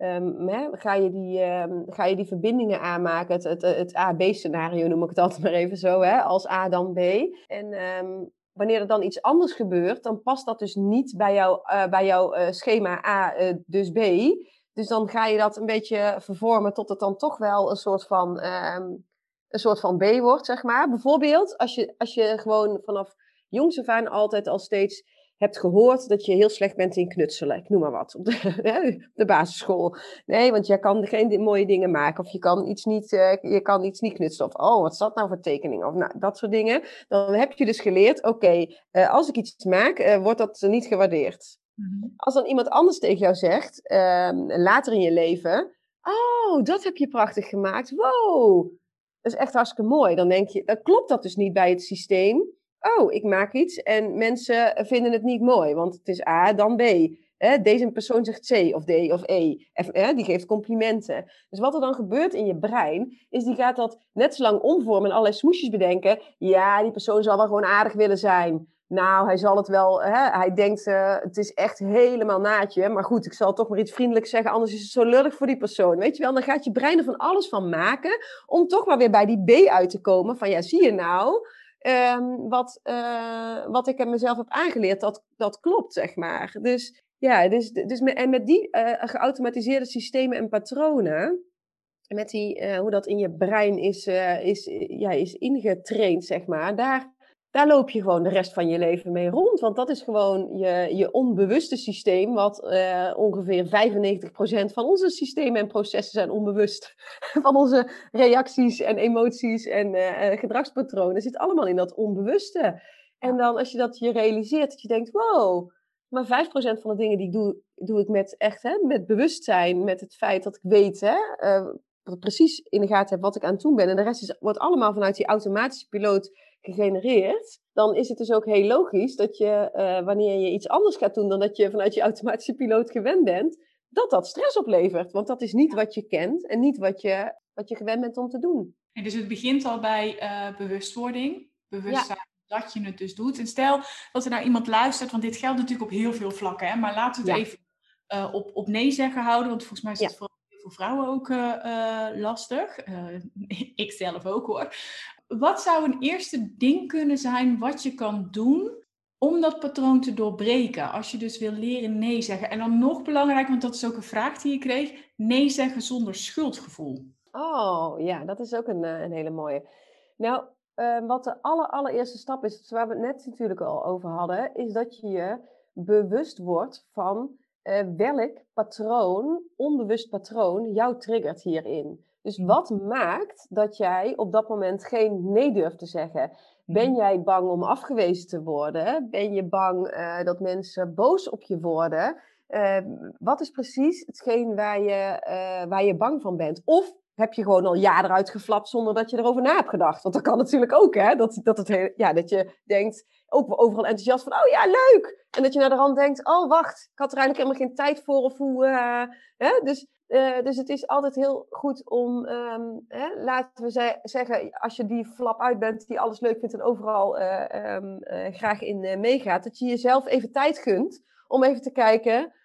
um, hè, ga, je die, um, ga je die verbindingen aanmaken. Het, het, het A B-scenario noem ik het altijd maar even zo. Hè? Als A dan B. En um, wanneer er dan iets anders gebeurt, dan past dat dus niet bij, jou, uh, bij jouw uh, schema A, uh, dus B. Dus dan ga je dat een beetje vervormen tot het dan toch wel een soort van, um, een soort van B wordt, zeg maar. Bijvoorbeeld, als je, als je gewoon vanaf jongs af aan altijd al steeds hebt gehoord dat je heel slecht bent in knutselen. Ik noem maar wat. Op de, de basisschool. Nee, want jij kan geen mooie dingen maken. Of je kan iets niet, uh, je kan iets niet knutselen. Of, oh, wat is dat nou voor tekening? Of nou, dat soort dingen. Dan heb je dus geleerd, oké, okay, uh, als ik iets maak, uh, wordt dat niet gewaardeerd. Mm-hmm. Als dan iemand anders tegen jou zegt, uh, later in je leven, oh, dat heb je prachtig gemaakt. Wow, dat is echt hartstikke mooi. Dan denk je, dan klopt dat dus niet bij het systeem. Oh, ik maak iets en mensen vinden het niet mooi, want het is A, dan B. Hè, deze persoon zegt C of D of E. Hè, die geeft complimenten. Dus wat er dan gebeurt in je brein, is die gaat dat net zo lang omvormen en allerlei smoesjes bedenken. Ja, die persoon zal wel gewoon aardig willen zijn. Nou, hij zal het wel, hè, hij denkt, uh, het is echt helemaal naadje. Maar goed, ik zal toch maar iets vriendelijks zeggen, anders is het zo lullig voor die persoon. Weet je wel, dan gaat je brein er van alles van maken, om toch maar weer bij die B uit te komen. Van ja, zie je nou... Um, wat, uh, wat ik mezelf heb aangeleerd, dat, dat klopt, zeg maar. Dus ja, dus, dus met, en met die uh, geautomatiseerde systemen en patronen, met die, uh, hoe dat in je brein is, uh, is, ja, is ingetraind, zeg maar, daar, daar loop je gewoon de rest van je leven mee rond. Want dat is gewoon je, je onbewuste systeem, wat uh, ongeveer vijfennegentig procent van onze systemen en processen zijn onbewust. Van onze reacties en emoties en uh, gedragspatronen zit allemaal in dat onbewuste. En dan als je dat je realiseert, dat je denkt, wow, maar vijf procent van de dingen die ik doe, doe ik met echt, hè, met bewustzijn, met het feit dat ik weet, hè, uh, dat ik precies in de gaten heb wat ik aan het doen ben. En de rest is, wordt allemaal vanuit die automatische piloot gegenereerd. Dan is het dus ook heel logisch dat je, uh, wanneer je iets anders gaat doen dan dat je vanuit je automatische piloot gewend bent, dat dat stress oplevert. Want dat is niet wat je kent en niet wat je, wat je gewend bent om te doen. En dus het begint al bij uh, bewustwording. Bewustzijn ja. dat je het dus doet. En stel dat er nou iemand luistert, want dit geldt natuurlijk op heel veel vlakken. Hè? Maar laten we het ja. even uh, op, op nee zeggen houden. Want volgens mij is het ja. voor heel veel vrouwen ook uh, uh, lastig. Uh, ik zelf ook hoor. Wat zou een eerste ding kunnen zijn wat je kan doen om dat patroon te doorbreken? Als je dus wil leren nee zeggen. En dan nog belangrijk, want dat is ook een vraag die je kreeg. Nee zeggen zonder schuldgevoel. Oh, ja, dat is ook een, een hele mooie. Nou, uh, wat de aller, allereerste stap is, waar we het net natuurlijk al over hadden, is dat je je bewust wordt van uh, welk patroon, onbewust patroon, jou triggert hierin. Dus wat maakt dat jij op dat moment geen nee durft te zeggen? Ben jij bang om afgewezen te worden? Ben je bang uh, dat mensen boos op je worden? Uh, wat is precies hetgeen waar je, uh, waar je bang van bent? Of heb je gewoon al jaren eruit geflapt zonder dat je erover na hebt gedacht? Want dat kan natuurlijk ook, hè? Dat, dat, het heel, ja, dat je denkt, ook overal enthousiast van, oh ja, leuk! En dat je naar de rand denkt, oh wacht, ik had er eigenlijk helemaal geen tijd voor. Of hoe, uh, hè? Dus, uh, dus het is altijd heel goed om, um, hè, laten we ze- zeggen, als je die flap uit bent, die alles leuk vindt en overal uh, um, uh, graag in uh, meegaat, dat je jezelf even tijd gunt om even te kijken,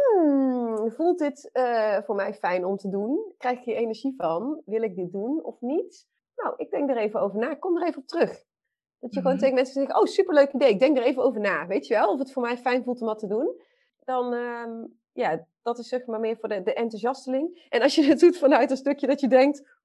Hmm, voelt dit uh, voor mij fijn om te doen? Krijg ik hier energie van? Wil ik dit doen of niet? Nou, ik denk er even over na. Ik kom er even op terug. Dat je mm-hmm. gewoon tegen mensen zegt, oh, superleuk idee. Ik denk er even over na. Weet je wel? Of het voor mij fijn voelt om dat te doen. Dan, um, ja, dat is zeg maar meer voor de, de enthousiasteling. En als je het doet vanuit een stukje dat je denkt,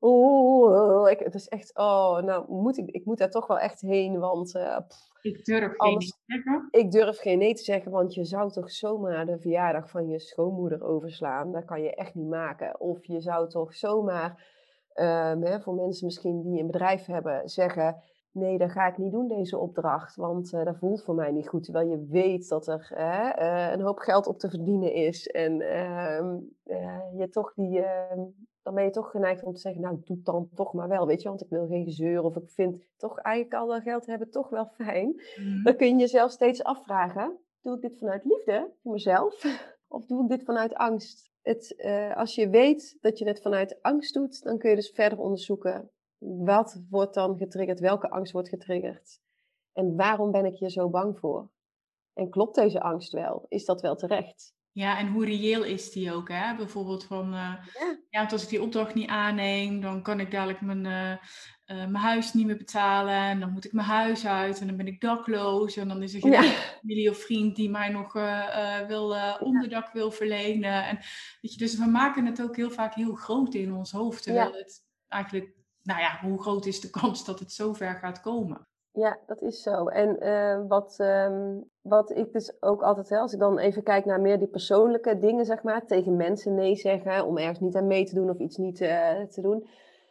oh, ik, het is echt, oh, nou, moet ik, ik moet daar toch wel echt heen, want... Uh, pff, Ik durf geen nee te zeggen. Ik durf geen nee te zeggen, want je zou toch zomaar de verjaardag van je schoonmoeder overslaan. Dat kan je echt niet maken. Of je zou toch zomaar, um, hè, voor mensen misschien die een bedrijf hebben, zeggen... Nee, dat ga ik niet doen, deze opdracht, want uh, dat voelt voor mij niet goed. Terwijl je weet dat er uh, uh, een hoop geld op te verdienen is. En uh, uh, je toch die... Uh, dan ben je toch geneigd om te zeggen, nou, doe het dan toch maar wel, weet je. Want ik wil geen gezeur of ik vind toch eigenlijk al dat geld hebben toch wel fijn. Mm. Dan kun je jezelf steeds afvragen, doe ik dit vanuit liefde voor mezelf? Of doe ik dit vanuit angst? Het, uh, als je weet dat je het vanuit angst doet, dan kun je dus verder onderzoeken. Wat wordt dan getriggerd? Welke angst wordt getriggerd? En waarom ben ik hier zo bang voor? En klopt deze angst wel? Is dat wel terecht? Ja, en hoe reëel is die ook, hè? Bijvoorbeeld van, uh, Ja. ja, want als ik die opdracht niet aanneem, dan kan ik dadelijk mijn, uh, uh, mijn huis niet meer betalen. En dan moet ik mijn huis uit en dan ben ik dakloos. En dan is er geen Ja. familie of vriend die mij nog uh, uh, wil, uh, onderdak wil verlenen. En, weet je, dus we maken het ook heel vaak heel groot in ons hoofd. Terwijl Ja. het eigenlijk, nou ja, hoe groot is de kans dat het zover gaat komen? Ja, dat is zo. En uh, wat, um, wat ik dus ook altijd, hè, als ik dan even kijk naar meer die persoonlijke dingen, zeg maar, tegen mensen nee zeggen, om ergens niet aan mee te doen of iets niet uh, te doen,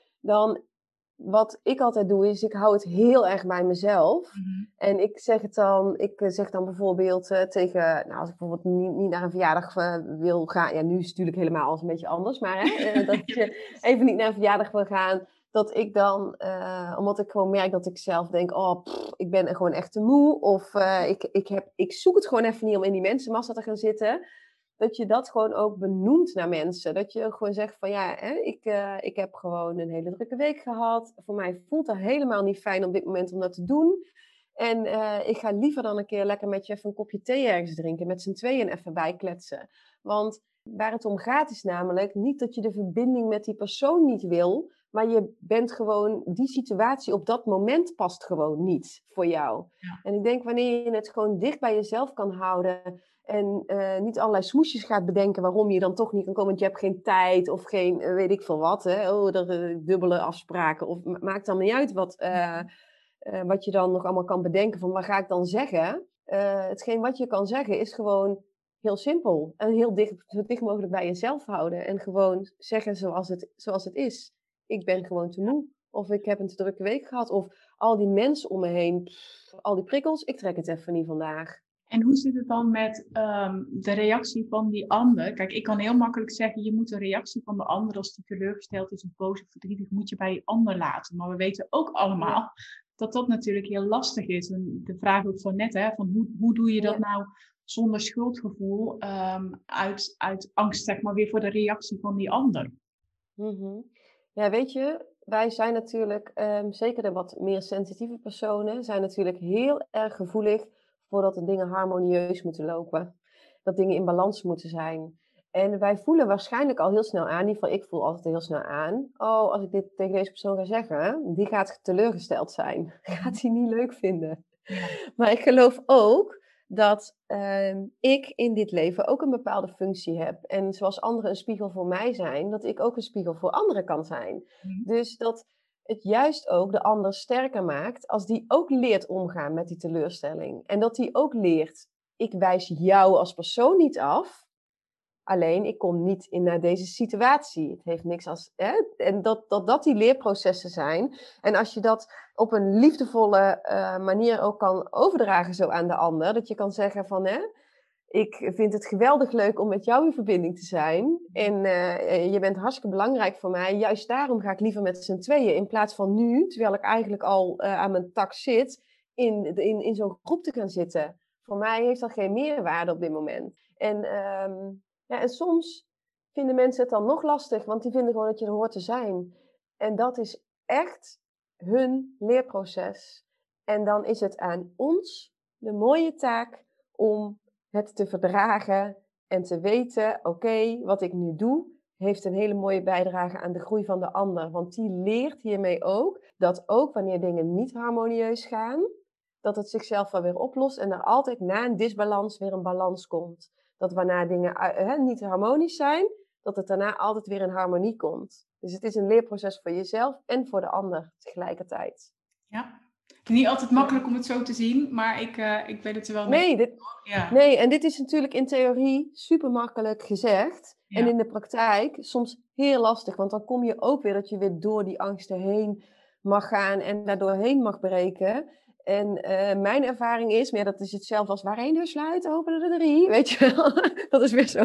dan wat ik altijd doe, is ik hou het heel erg bij mezelf. Mm-hmm. En ik zeg het dan, ik zeg dan bijvoorbeeld uh, tegen, nou als ik bijvoorbeeld niet, niet naar een verjaardag uh, wil gaan, ja nu is het natuurlijk helemaal alles een beetje anders, maar hè, uh, dat je even niet naar een verjaardag wil gaan, dat ik dan, uh, omdat ik gewoon merk dat ik zelf denk, oh, pff, ik ben gewoon echt te moe. Of uh, ik, ik, heb, ik zoek het gewoon even niet om in die mensenmassa te gaan zitten. Dat je dat gewoon ook benoemt naar mensen. Dat je gewoon zegt van ja, hè, ik, uh, ik heb gewoon een hele drukke week gehad. Voor mij voelt het helemaal niet fijn op dit moment om dat te doen. En uh, ik ga liever dan een keer lekker met je even een kopje thee ergens drinken. Met z'n tweeën even bijkletsen. Want waar het om gaat is namelijk niet dat je de verbinding met die persoon niet wil. Maar je bent gewoon, die situatie op dat moment past gewoon niet voor jou. Ja. En ik denk wanneer je het gewoon dicht bij jezelf kan houden. En uh, niet allerlei smoesjes gaat bedenken waarom je dan toch niet kan komen. Want je hebt geen tijd of geen, uh, weet ik veel wat. Hè? Oh, er uh, dubbele afspraken. Of maakt dan niet uit wat, uh, uh, wat je dan nog allemaal kan bedenken. Van wat ga ik dan zeggen? Uh, hetgeen wat je kan zeggen is gewoon heel simpel. En heel dicht, zo dicht mogelijk bij jezelf houden. En gewoon zeggen zoals het, zoals het is. Ik ben gewoon te moe. Of ik heb een te drukke week gehad. Of al die mensen om me heen. Pff, al die prikkels. Ik trek het even niet vandaag. En hoe zit het dan met um, de reactie van die ander? Kijk, ik kan heel makkelijk zeggen, je moet de reactie van de ander, als die teleurgesteld is of boos of verdrietig, moet je bij die ander laten. Maar we weten ook allemaal ja. dat dat natuurlijk heel lastig is. En de vraag ook van net, hè, van hoe, hoe doe je dat ja. nou zonder schuldgevoel, um, uit, uit angst, zeg maar, weer voor de reactie van die ander? Mm-hmm. Ja, weet je, wij zijn natuurlijk, um, zeker de wat meer sensitieve personen, zijn natuurlijk heel erg gevoelig voordat de dingen harmonieus moeten lopen. Dat dingen in balans moeten zijn. En wij voelen waarschijnlijk al heel snel aan, in ieder geval ik voel altijd heel snel aan, oh, als ik dit tegen deze persoon ga zeggen, die gaat teleurgesteld zijn. Gaat hij niet leuk vinden. Ja. Maar ik geloof ook dat uh, ik in dit leven ook een bepaalde functie heb. En zoals anderen een spiegel voor mij zijn, dat ik ook een spiegel voor anderen kan zijn. Mm. Dus dat het juist ook de ander sterker maakt als die ook leert omgaan met die teleurstelling. En dat die ook leert, ik wijs jou als persoon niet af, alleen ik kom niet in naar deze situatie. Het heeft niks als... Hè? En dat, dat dat die leerprocessen zijn. En als je dat op een liefdevolle uh, manier ook kan overdragen zo aan de ander. Dat je kan zeggen van... Hè, ik vind het geweldig leuk om met jou in verbinding te zijn. En uh, je bent hartstikke belangrijk voor mij. Juist daarom ga ik liever met z'n tweeën. In plaats van nu, terwijl ik eigenlijk al uh, aan mijn tak zit... in, in, in zo'n groep te gaan zitten. Voor mij heeft dat geen meerwaarde op dit moment. En... Um, Ja, en soms vinden mensen het dan nog lastig, want die vinden gewoon dat je er hoort te zijn. En dat is echt hun leerproces. En dan is het aan ons de mooie taak om het te verdragen en te weten, oké, okay, wat ik nu doe, heeft een hele mooie bijdrage aan de groei van de ander. Want die leert hiermee ook dat ook wanneer dingen niet harmonieus gaan, dat het zichzelf wel weer oplost en er altijd na een disbalans weer een balans komt. Dat wanneer dingen uh, niet harmonisch zijn, dat het daarna altijd weer in harmonie komt. Dus het is een leerproces voor jezelf en voor de ander tegelijkertijd. Ja, niet altijd makkelijk om het zo te zien, maar ik, uh, ik weet het er wel mee. Nee, dit, ja. nee, en dit is natuurlijk in theorie super makkelijk gezegd. Ja. En in de praktijk soms heel lastig, want dan kom je ook weer dat je weer door die angsten heen mag gaan en daardoor heen mag breken. En uh, mijn ervaring is, maar ja, dat is hetzelfde als waar één deur sluit, openen er drie, weet je wel. Dat is weer zo.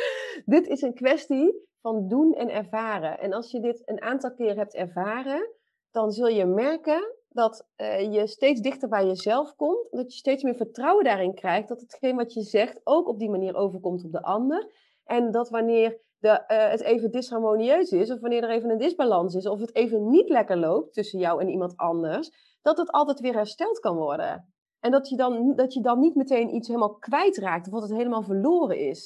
Dit is een kwestie van doen en ervaren. En als je dit een aantal keer hebt ervaren, dan zul je merken dat uh, je steeds dichter bij jezelf komt. Dat je steeds meer vertrouwen daarin krijgt, dat hetgeen wat je zegt ook op die manier overkomt op de ander. En dat wanneer de, uh, het even disharmonieus is, of wanneer er even een disbalans is, of het even niet lekker loopt tussen jou en iemand anders, dat het altijd weer hersteld kan worden. En dat je dan, dat je dan niet meteen iets helemaal kwijtraakt, of dat het helemaal verloren is.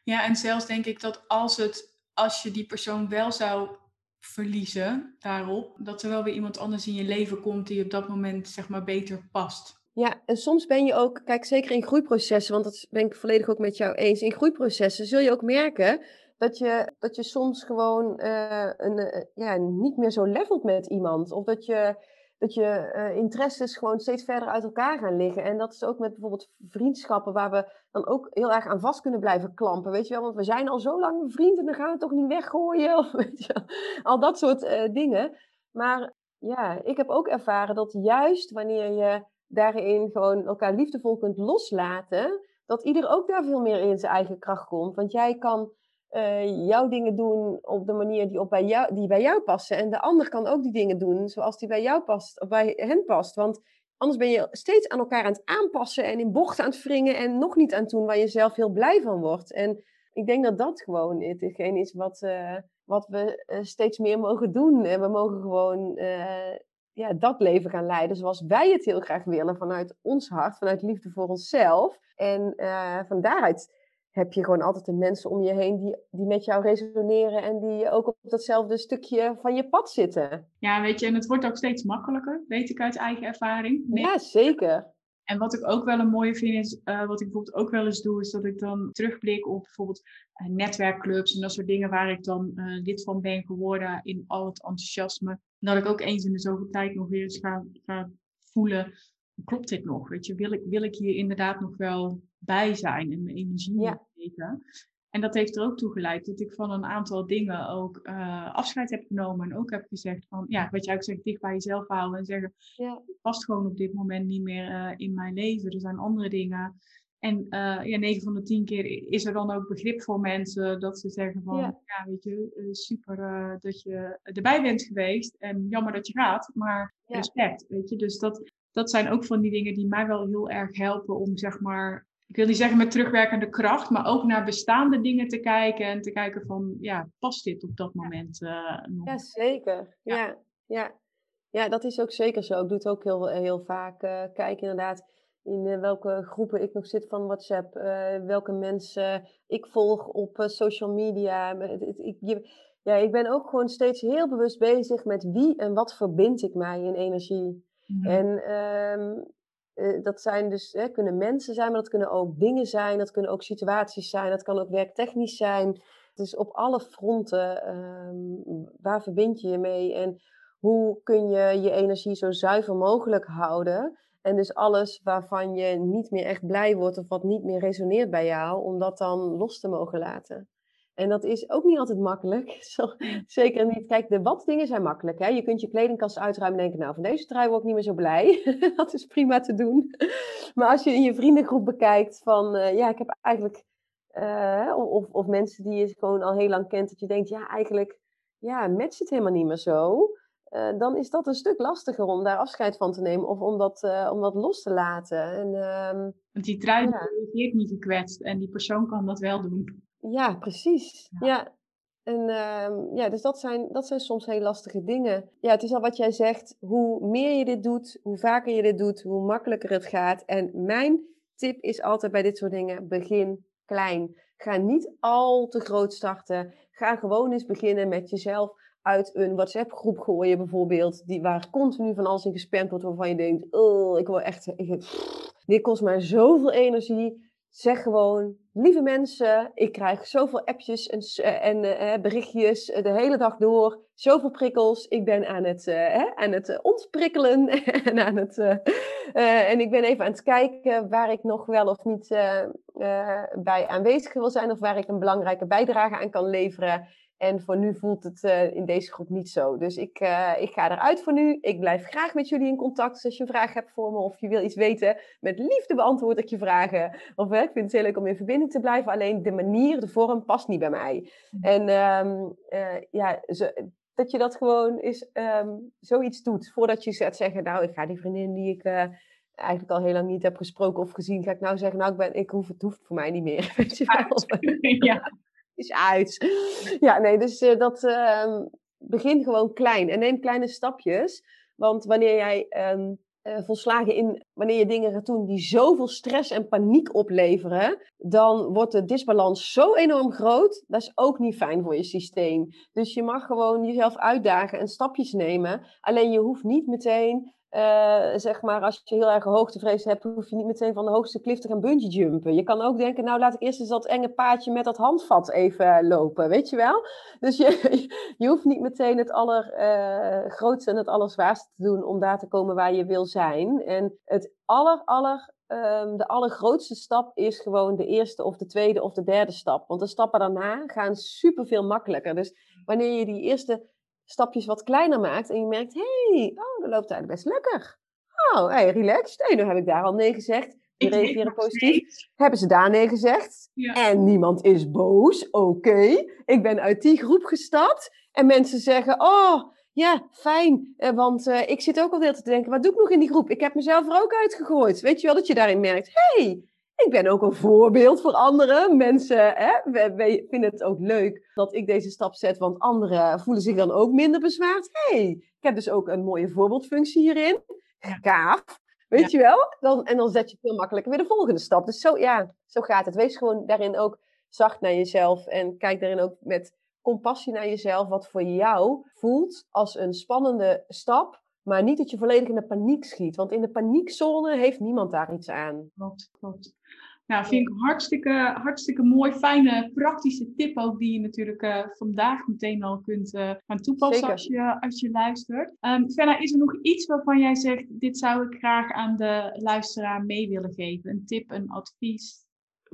Ja, en zelfs denk ik dat als, het, als je die persoon wel zou verliezen daarop, dat er wel weer iemand anders in je leven komt die op dat moment zeg maar beter past. Ja, en soms ben je ook, kijk, zeker in groeiprocessen, want dat ben ik volledig ook met jou eens. In groeiprocessen zul je ook merken dat je, dat je soms gewoon eh, een, eh, ja, niet meer zo levelt met iemand. Of dat je, dat je eh, interesses gewoon steeds verder uit elkaar gaan liggen. En dat is ook met bijvoorbeeld vriendschappen, waar we dan ook heel erg aan vast kunnen blijven klampen. Weet je wel, want we zijn al zo lang vrienden en dan gaan we het toch niet weggooien. Of, weet je wel, al dat soort eh, dingen. Maar ja, ik heb ook ervaren dat juist wanneer je daarin gewoon elkaar liefdevol kunt loslaten, dat ieder ook daar veel meer in zijn eigen kracht komt. Want jij kan uh, jouw dingen doen op de manier die, op bij jou, die bij jou passen. En de ander kan ook die dingen doen zoals die bij jou past, of bij hen past. Want anders ben je steeds aan elkaar aan het aanpassen en in bochten aan het wringen en nog niet aan het doen waar je zelf heel blij van wordt. En ik denk dat dat gewoon hetgeen is wat, uh, wat we uh, steeds meer mogen doen. En we mogen gewoon uh, ja, dat leven gaan leiden zoals wij het heel graag willen. Vanuit ons hart, vanuit liefde voor onszelf. En uh, van daaruit heb je gewoon altijd de mensen om je heen die, die met jou resoneren en die ook op datzelfde stukje van je pad zitten. Ja, weet je, en het wordt ook steeds makkelijker, weet ik uit eigen ervaring. Nee. Ja, zeker. En wat ik ook wel een mooie vind is, uh, wat ik bijvoorbeeld ook wel eens doe, is dat ik dan terugblik op bijvoorbeeld uh, netwerkclubs en dat soort dingen waar ik dan uh, lid van ben geworden in al het enthousiasme. En dat ik ook eens in de zoveel tijd nog weer eens ga, ga voelen, klopt dit nog? Weet je, wil ik, wil ik hier inderdaad nog wel bij zijn en mijn energie ja. geven? En dat heeft er ook toe geleid dat ik van een aantal dingen ook uh, afscheid heb genomen. En ook heb gezegd van, ja, wat jij ook zegt, dicht bij jezelf houden. En zeggen, ja. het past gewoon op dit moment niet meer uh, in mijn leven. Er zijn andere dingen. En uh, ja, negen van de tien keer is er dan ook begrip voor mensen. Dat ze zeggen van, ja, ja weet je, uh, super uh, dat je erbij bent geweest. En jammer dat je gaat, maar ja. respect, weet je. Dus dat, dat zijn ook van die dingen die mij wel heel erg helpen om, zeg maar, ik wil niet zeggen met terugwerkende kracht, maar ook naar bestaande dingen te kijken en te kijken van, ja, past dit op dat moment uh, nog? Ja, zeker. Ja. Ja, ja. Ja, dat is ook zeker zo. Ik doe het ook heel, heel vaak. Uh, kijk inderdaad in uh, welke groepen ik nog zit van WhatsApp, uh, welke mensen ik volg op uh, social media. Ik, je, ja, ik ben ook gewoon steeds heel bewust bezig met wie en wat verbind ik mij in energie. Mm-hmm. En um, Uh, dat zijn dus, hè, kunnen mensen zijn, maar dat kunnen ook dingen zijn. Dat kunnen ook situaties zijn. Dat kan ook werktechnisch zijn. Dus op alle fronten, um, waar verbind je je mee? En hoe kun je je energie zo zuiver mogelijk houden? En dus alles waarvan je niet meer echt blij wordt of wat niet meer resoneert bij jou, om dat dan los te mogen laten. En dat is ook niet altijd makkelijk. Zo, zeker niet. Kijk, de wat dingen zijn makkelijk. Hè? Je kunt je kledingkast uitruimen en denken, nou, van deze trui word ik niet meer zo blij. Dat is prima te doen. Maar als je in je vriendengroep bekijkt van, uh, ja, ik heb eigenlijk, uh, of, of mensen die je gewoon al heel lang kent, dat je denkt, ja, eigenlijk, ja, matcht het helemaal niet meer zo. Uh, dan is dat een stuk lastiger om daar afscheid van te nemen of om dat, uh, om dat los te laten. En, uh, Want die trui ja. reageert niet gekwetst en die persoon kan dat wel doen. Ja, precies. Ja. ja. En uh, ja, dus dat zijn, dat zijn soms heel lastige dingen. Ja, het is al wat jij zegt. Hoe meer je dit doet, hoe vaker je dit doet, hoe makkelijker het gaat. En mijn tip is altijd bij dit soort dingen, begin klein. Ga niet al te groot starten. Ga gewoon eens beginnen met jezelf uit een WhatsApp-groep gooien bijvoorbeeld, die, waar continu van alles in gespamd wordt, waarvan je denkt, oh, ik wil echt, ik, pff, dit kost mij zoveel energie. Zeg gewoon, lieve mensen, ik krijg zoveel appjes en, en uh, berichtjes de hele dag door. Zoveel prikkels. Ik ben aan het, uh, aan het ontprikkelen. en, aan het, uh, uh, en ik ben even aan het kijken waar ik nog wel of niet uh, uh, bij aanwezig wil zijn. Of waar ik een belangrijke bijdrage aan kan leveren. En voor nu voelt het uh, in deze groep niet zo. Dus ik, uh, ik ga eruit voor nu. Ik blijf graag met jullie in contact. Dus als je een vraag hebt voor me of je wil iets weten, met liefde beantwoord ik je vragen. Of uh, ik vind het heel leuk om in verbinding te blijven. Alleen de manier, de vorm past niet bij mij. Mm. En um, uh, ja, zo, dat je dat gewoon eens um, zoiets doet. Voordat je gaat zeggen, nou ik ga die vriendin die ik uh, eigenlijk al heel lang niet heb gesproken of gezien, ga ik nou zeggen, nou ik, ben, ik hoef, het hoeft voor mij niet meer. Weet je wel? Ja. Is uit. Ja, nee, dus uh, dat uh, begin gewoon klein en neem kleine stapjes. Want wanneer jij um, uh, volslagen in wanneer je dingen gaat doen die zoveel stress en paniek opleveren, dan wordt de disbalans zo enorm groot. Dat is ook niet fijn voor je systeem. Dus je mag gewoon jezelf uitdagen en stapjes nemen. Alleen je hoeft niet meteen... Uh, zeg maar, als je heel erg hoogtevrees hebt, hoef je niet meteen van de hoogste klif te gaan bungee jumpen. Je kan ook denken, nou laat ik eerst eens dat enge paadje met dat handvat even lopen, weet je wel? Dus je, je hoeft niet meteen het allergrootste uh, en het allerzwaarste te doen om daar te komen waar je wil zijn. En het aller, aller, um, de allergrootste stap is gewoon de eerste of de tweede of de derde stap. Want de stappen daarna gaan superveel makkelijker. Dus wanneer je die eerste stapjes wat kleiner maakt en je merkt, hé, hey, oh, dat loopt eigenlijk best lekker. Oh, hey, relaxed. Hey, nu heb ik daar al nee gezegd. Die reageren positief. Steeds. Hebben ze daar nee gezegd? Ja. En niemand is boos. Oké. Okay. Ik ben uit die groep gestapt. En mensen zeggen, oh, ja, fijn. Want uh, ik zit ook al de hele tijd te denken, wat doe ik nog in die groep? Ik heb mezelf er ook uitgegooid. Weet je wel, dat je daarin merkt, hé, hey, ik ben ook een voorbeeld voor anderen. Mensen hè, we, we vinden het ook leuk dat ik deze stap zet, want anderen voelen zich dan ook minder bezwaard. Hé, hey, ik heb dus ook een mooie voorbeeldfunctie hierin. Gaaf, weet ja. je wel? Dan, en dan zet je veel makkelijker weer de volgende stap. Dus zo, ja, zo gaat het. Wees gewoon daarin ook zacht naar jezelf en kijk daarin ook met compassie naar jezelf, wat voor jou voelt als een spannende stap. Maar niet dat je volledig in de paniek schiet. Want in de paniekzone heeft niemand daar iets aan. Klopt, klopt. Nou, vind ik hartstikke, hartstikke mooi. Fijne, praktische tip ook die je natuurlijk uh, vandaag meteen al kunt uh, gaan toepassen als je, als je luistert. Um, Fenna, is er nog iets waarvan jij zegt, dit zou ik graag aan de luisteraar mee willen geven? Een tip, een advies,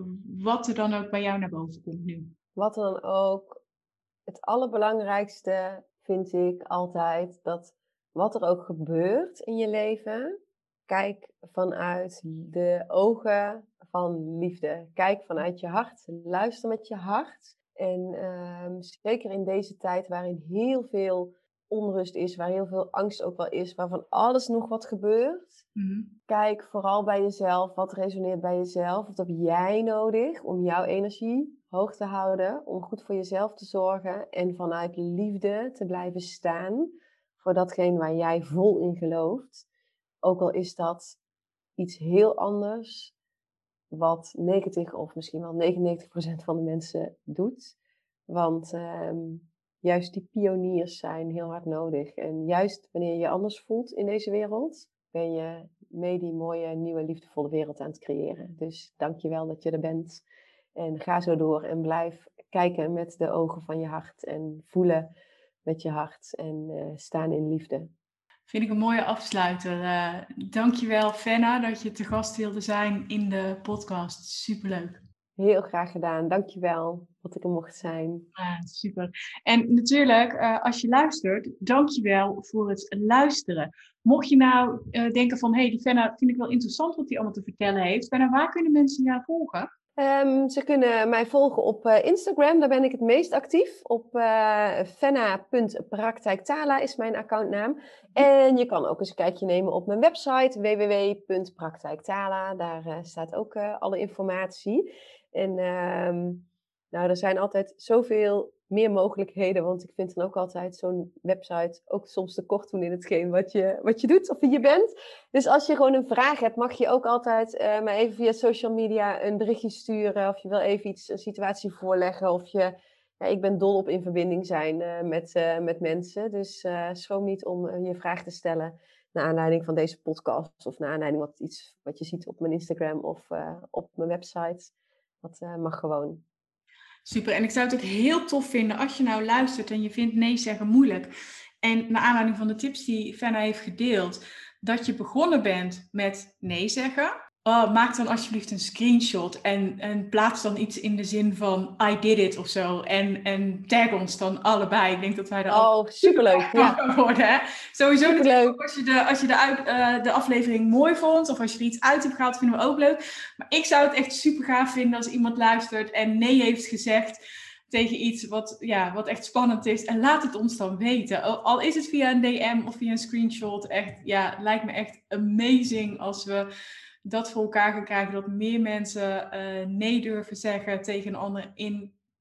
wat er dan ook bij jou naar boven komt nu? Wat dan ook. Het allerbelangrijkste vind ik altijd dat wat er ook gebeurt in je leven, kijk vanuit de ogen van liefde. Kijk vanuit je hart. Luister met je hart. En um, zeker in deze tijd waarin heel veel onrust is, waar heel veel angst ook wel is, waarvan alles nog wat gebeurt. Mm-hmm. Kijk vooral bij jezelf. Wat resoneert bij jezelf? Wat heb jij nodig om jouw energie hoog te houden? Om goed voor jezelf te zorgen. En vanuit liefde te blijven staan voor datgene waar jij vol in gelooft. Ook al is dat iets heel anders wat negentig of misschien wel negenennegentig procent van de mensen doet. Want um, juist die pioniers zijn heel hard nodig. En juist wanneer je je anders voelt in deze wereld, ben je mee die mooie, nieuwe, liefdevolle wereld aan het creëren. Dus dank je wel dat je er bent. En ga zo door en blijf kijken met de ogen van je hart. En voelen met je hart. En uh, staan in liefde. Vind ik een mooie afsluiter. Uh, dankjewel Fenna dat je te gast wilde zijn in de podcast. Superleuk. Heel graag gedaan. Dankjewel dat ik er mocht zijn. Ah, super. En natuurlijk, uh, als je luistert, dankjewel voor het luisteren. Mocht je nou uh, denken van, hé, hey, die Fenna vind ik wel interessant wat die allemaal te vertellen heeft. Fenna, waar kunnen mensen jou volgen? Um, ze kunnen mij volgen op uh, Instagram, daar ben ik het meest actief. Op uh, fenna punt praktijktala is mijn accountnaam. En je kan ook eens een kijkje nemen op mijn website w w w punt praktijktala. Daar uh, staat ook uh, alle informatie. En um, nou, er zijn altijd zoveel meer mogelijkheden, want ik vind dan ook altijd zo'n website ook soms te kort doen in hetgeen wat je, wat je doet of wie je bent. Dus als je gewoon een vraag hebt, mag je ook altijd uh, maar even via social media een berichtje sturen. Of je wil even iets, een situatie voorleggen. Of je, ja, ik ben dol op in verbinding zijn uh, met, uh, met mensen. Dus uh, schroom niet om uh, je vraag te stellen naar aanleiding van deze podcast. Of naar aanleiding van iets wat je ziet op mijn Instagram of uh, op mijn website. Dat uh, mag gewoon. Super, en ik zou het ook heel tof vinden als je nou luistert en je vindt nee zeggen moeilijk. En naar aanleiding van de tips die Fenna heeft gedeeld, dat je begonnen bent met nee zeggen. Oh, maak dan alsjeblieft een screenshot en, en plaats dan iets in de zin van I did it of zo. En, en tag ons dan allebei. Ik denk dat wij er oh, superleuk ja. gaan worden. Hè? Sowieso natuurlijk ook als je, de, als je de, uit, uh, de aflevering mooi vond of als je er iets uit hebt gehaald, vinden we ook leuk. Maar ik zou het echt super gaaf vinden als iemand luistert en nee heeft gezegd tegen iets wat, ja, wat echt spannend is. En laat het ons dan weten. Al is het via een D M of via een screenshot. Echt, ja, lijkt me echt amazing als we dat voor elkaar gaan krijgen. Dat meer mensen uh, nee durven zeggen tegen een ander in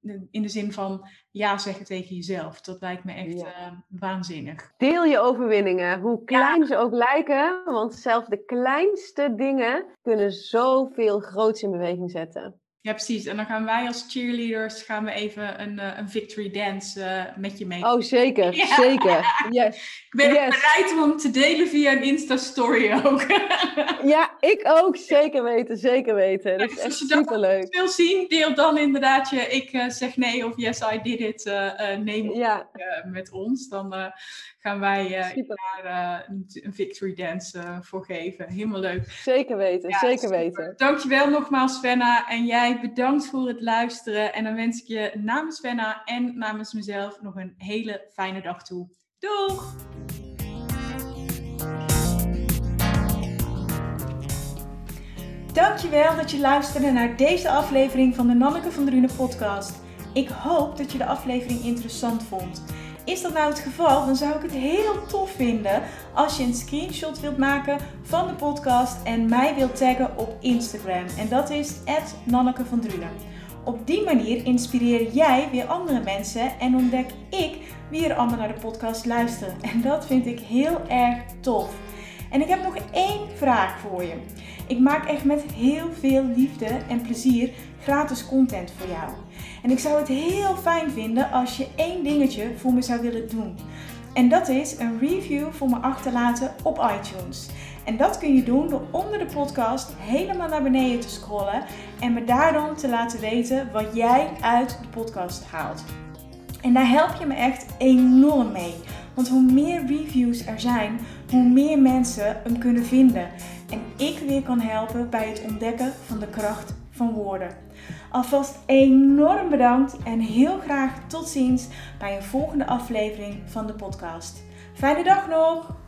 in de zin van ja zeggen tegen jezelf. Dat lijkt me echt Ja. uh, waanzinnig. Deel je overwinningen, hoe klein Ja. ze ook lijken. Want zelfs de kleinste dingen kunnen zoveel groots in beweging zetten. Ja, precies. En dan gaan wij als cheerleaders gaan we even een, uh, een victory dance uh, met je mee. Oh, zeker. Ja. Zeker. Yes. Ik ben yes. bereid om hem te delen via een Insta-story ook. Ja, ik ook. Zeker weten. Zeker weten. Dat is echt superleuk. Als je dat wil zien, deel dan inderdaad je ik uh, zeg nee of yes, I did it. Uh, uh, neem ja. uh, met ons. Dan uh, gaan wij uh, daar uh, een, een victory dance uh, voor geven. Helemaal leuk. Zeker weten. Ja, zeker super. weten. Dankjewel nogmaals, Fenna. En jij bedankt voor het luisteren. En dan wens ik je namens Fenna en namens mezelf nog een hele fijne dag toe. Doeg! Dankjewel dat je luisterde naar deze aflevering van de Nanneke van Drunen podcast. Ik hoop dat je de aflevering interessant vond. Is dat nou het geval, dan zou ik het heel tof vinden als je een screenshot wilt maken van de podcast en mij wilt taggen op Instagram. En dat is at Nanneke van Drunen. Op die manier inspireer jij weer andere mensen en ontdek ik wie er allemaal naar de podcast luisteren. En dat vind ik heel erg tof. En ik heb nog één vraag voor je. Ik maak echt met heel veel liefde en plezier gratis content voor jou. En ik zou het heel fijn vinden als je één dingetje voor me zou willen doen. En dat is een review voor me achterlaten op iTunes. En dat kun je doen door onder de podcast helemaal naar beneden te scrollen en me daar dan te laten weten wat jij uit de podcast haalt. En daar help je me echt enorm mee. Want hoe meer reviews er zijn, hoe meer mensen hem kunnen vinden. En ik weer kan helpen bij het ontdekken van de kracht van woorden. Alvast enorm bedankt en heel graag tot ziens bij een volgende aflevering van de podcast. Fijne dag nog!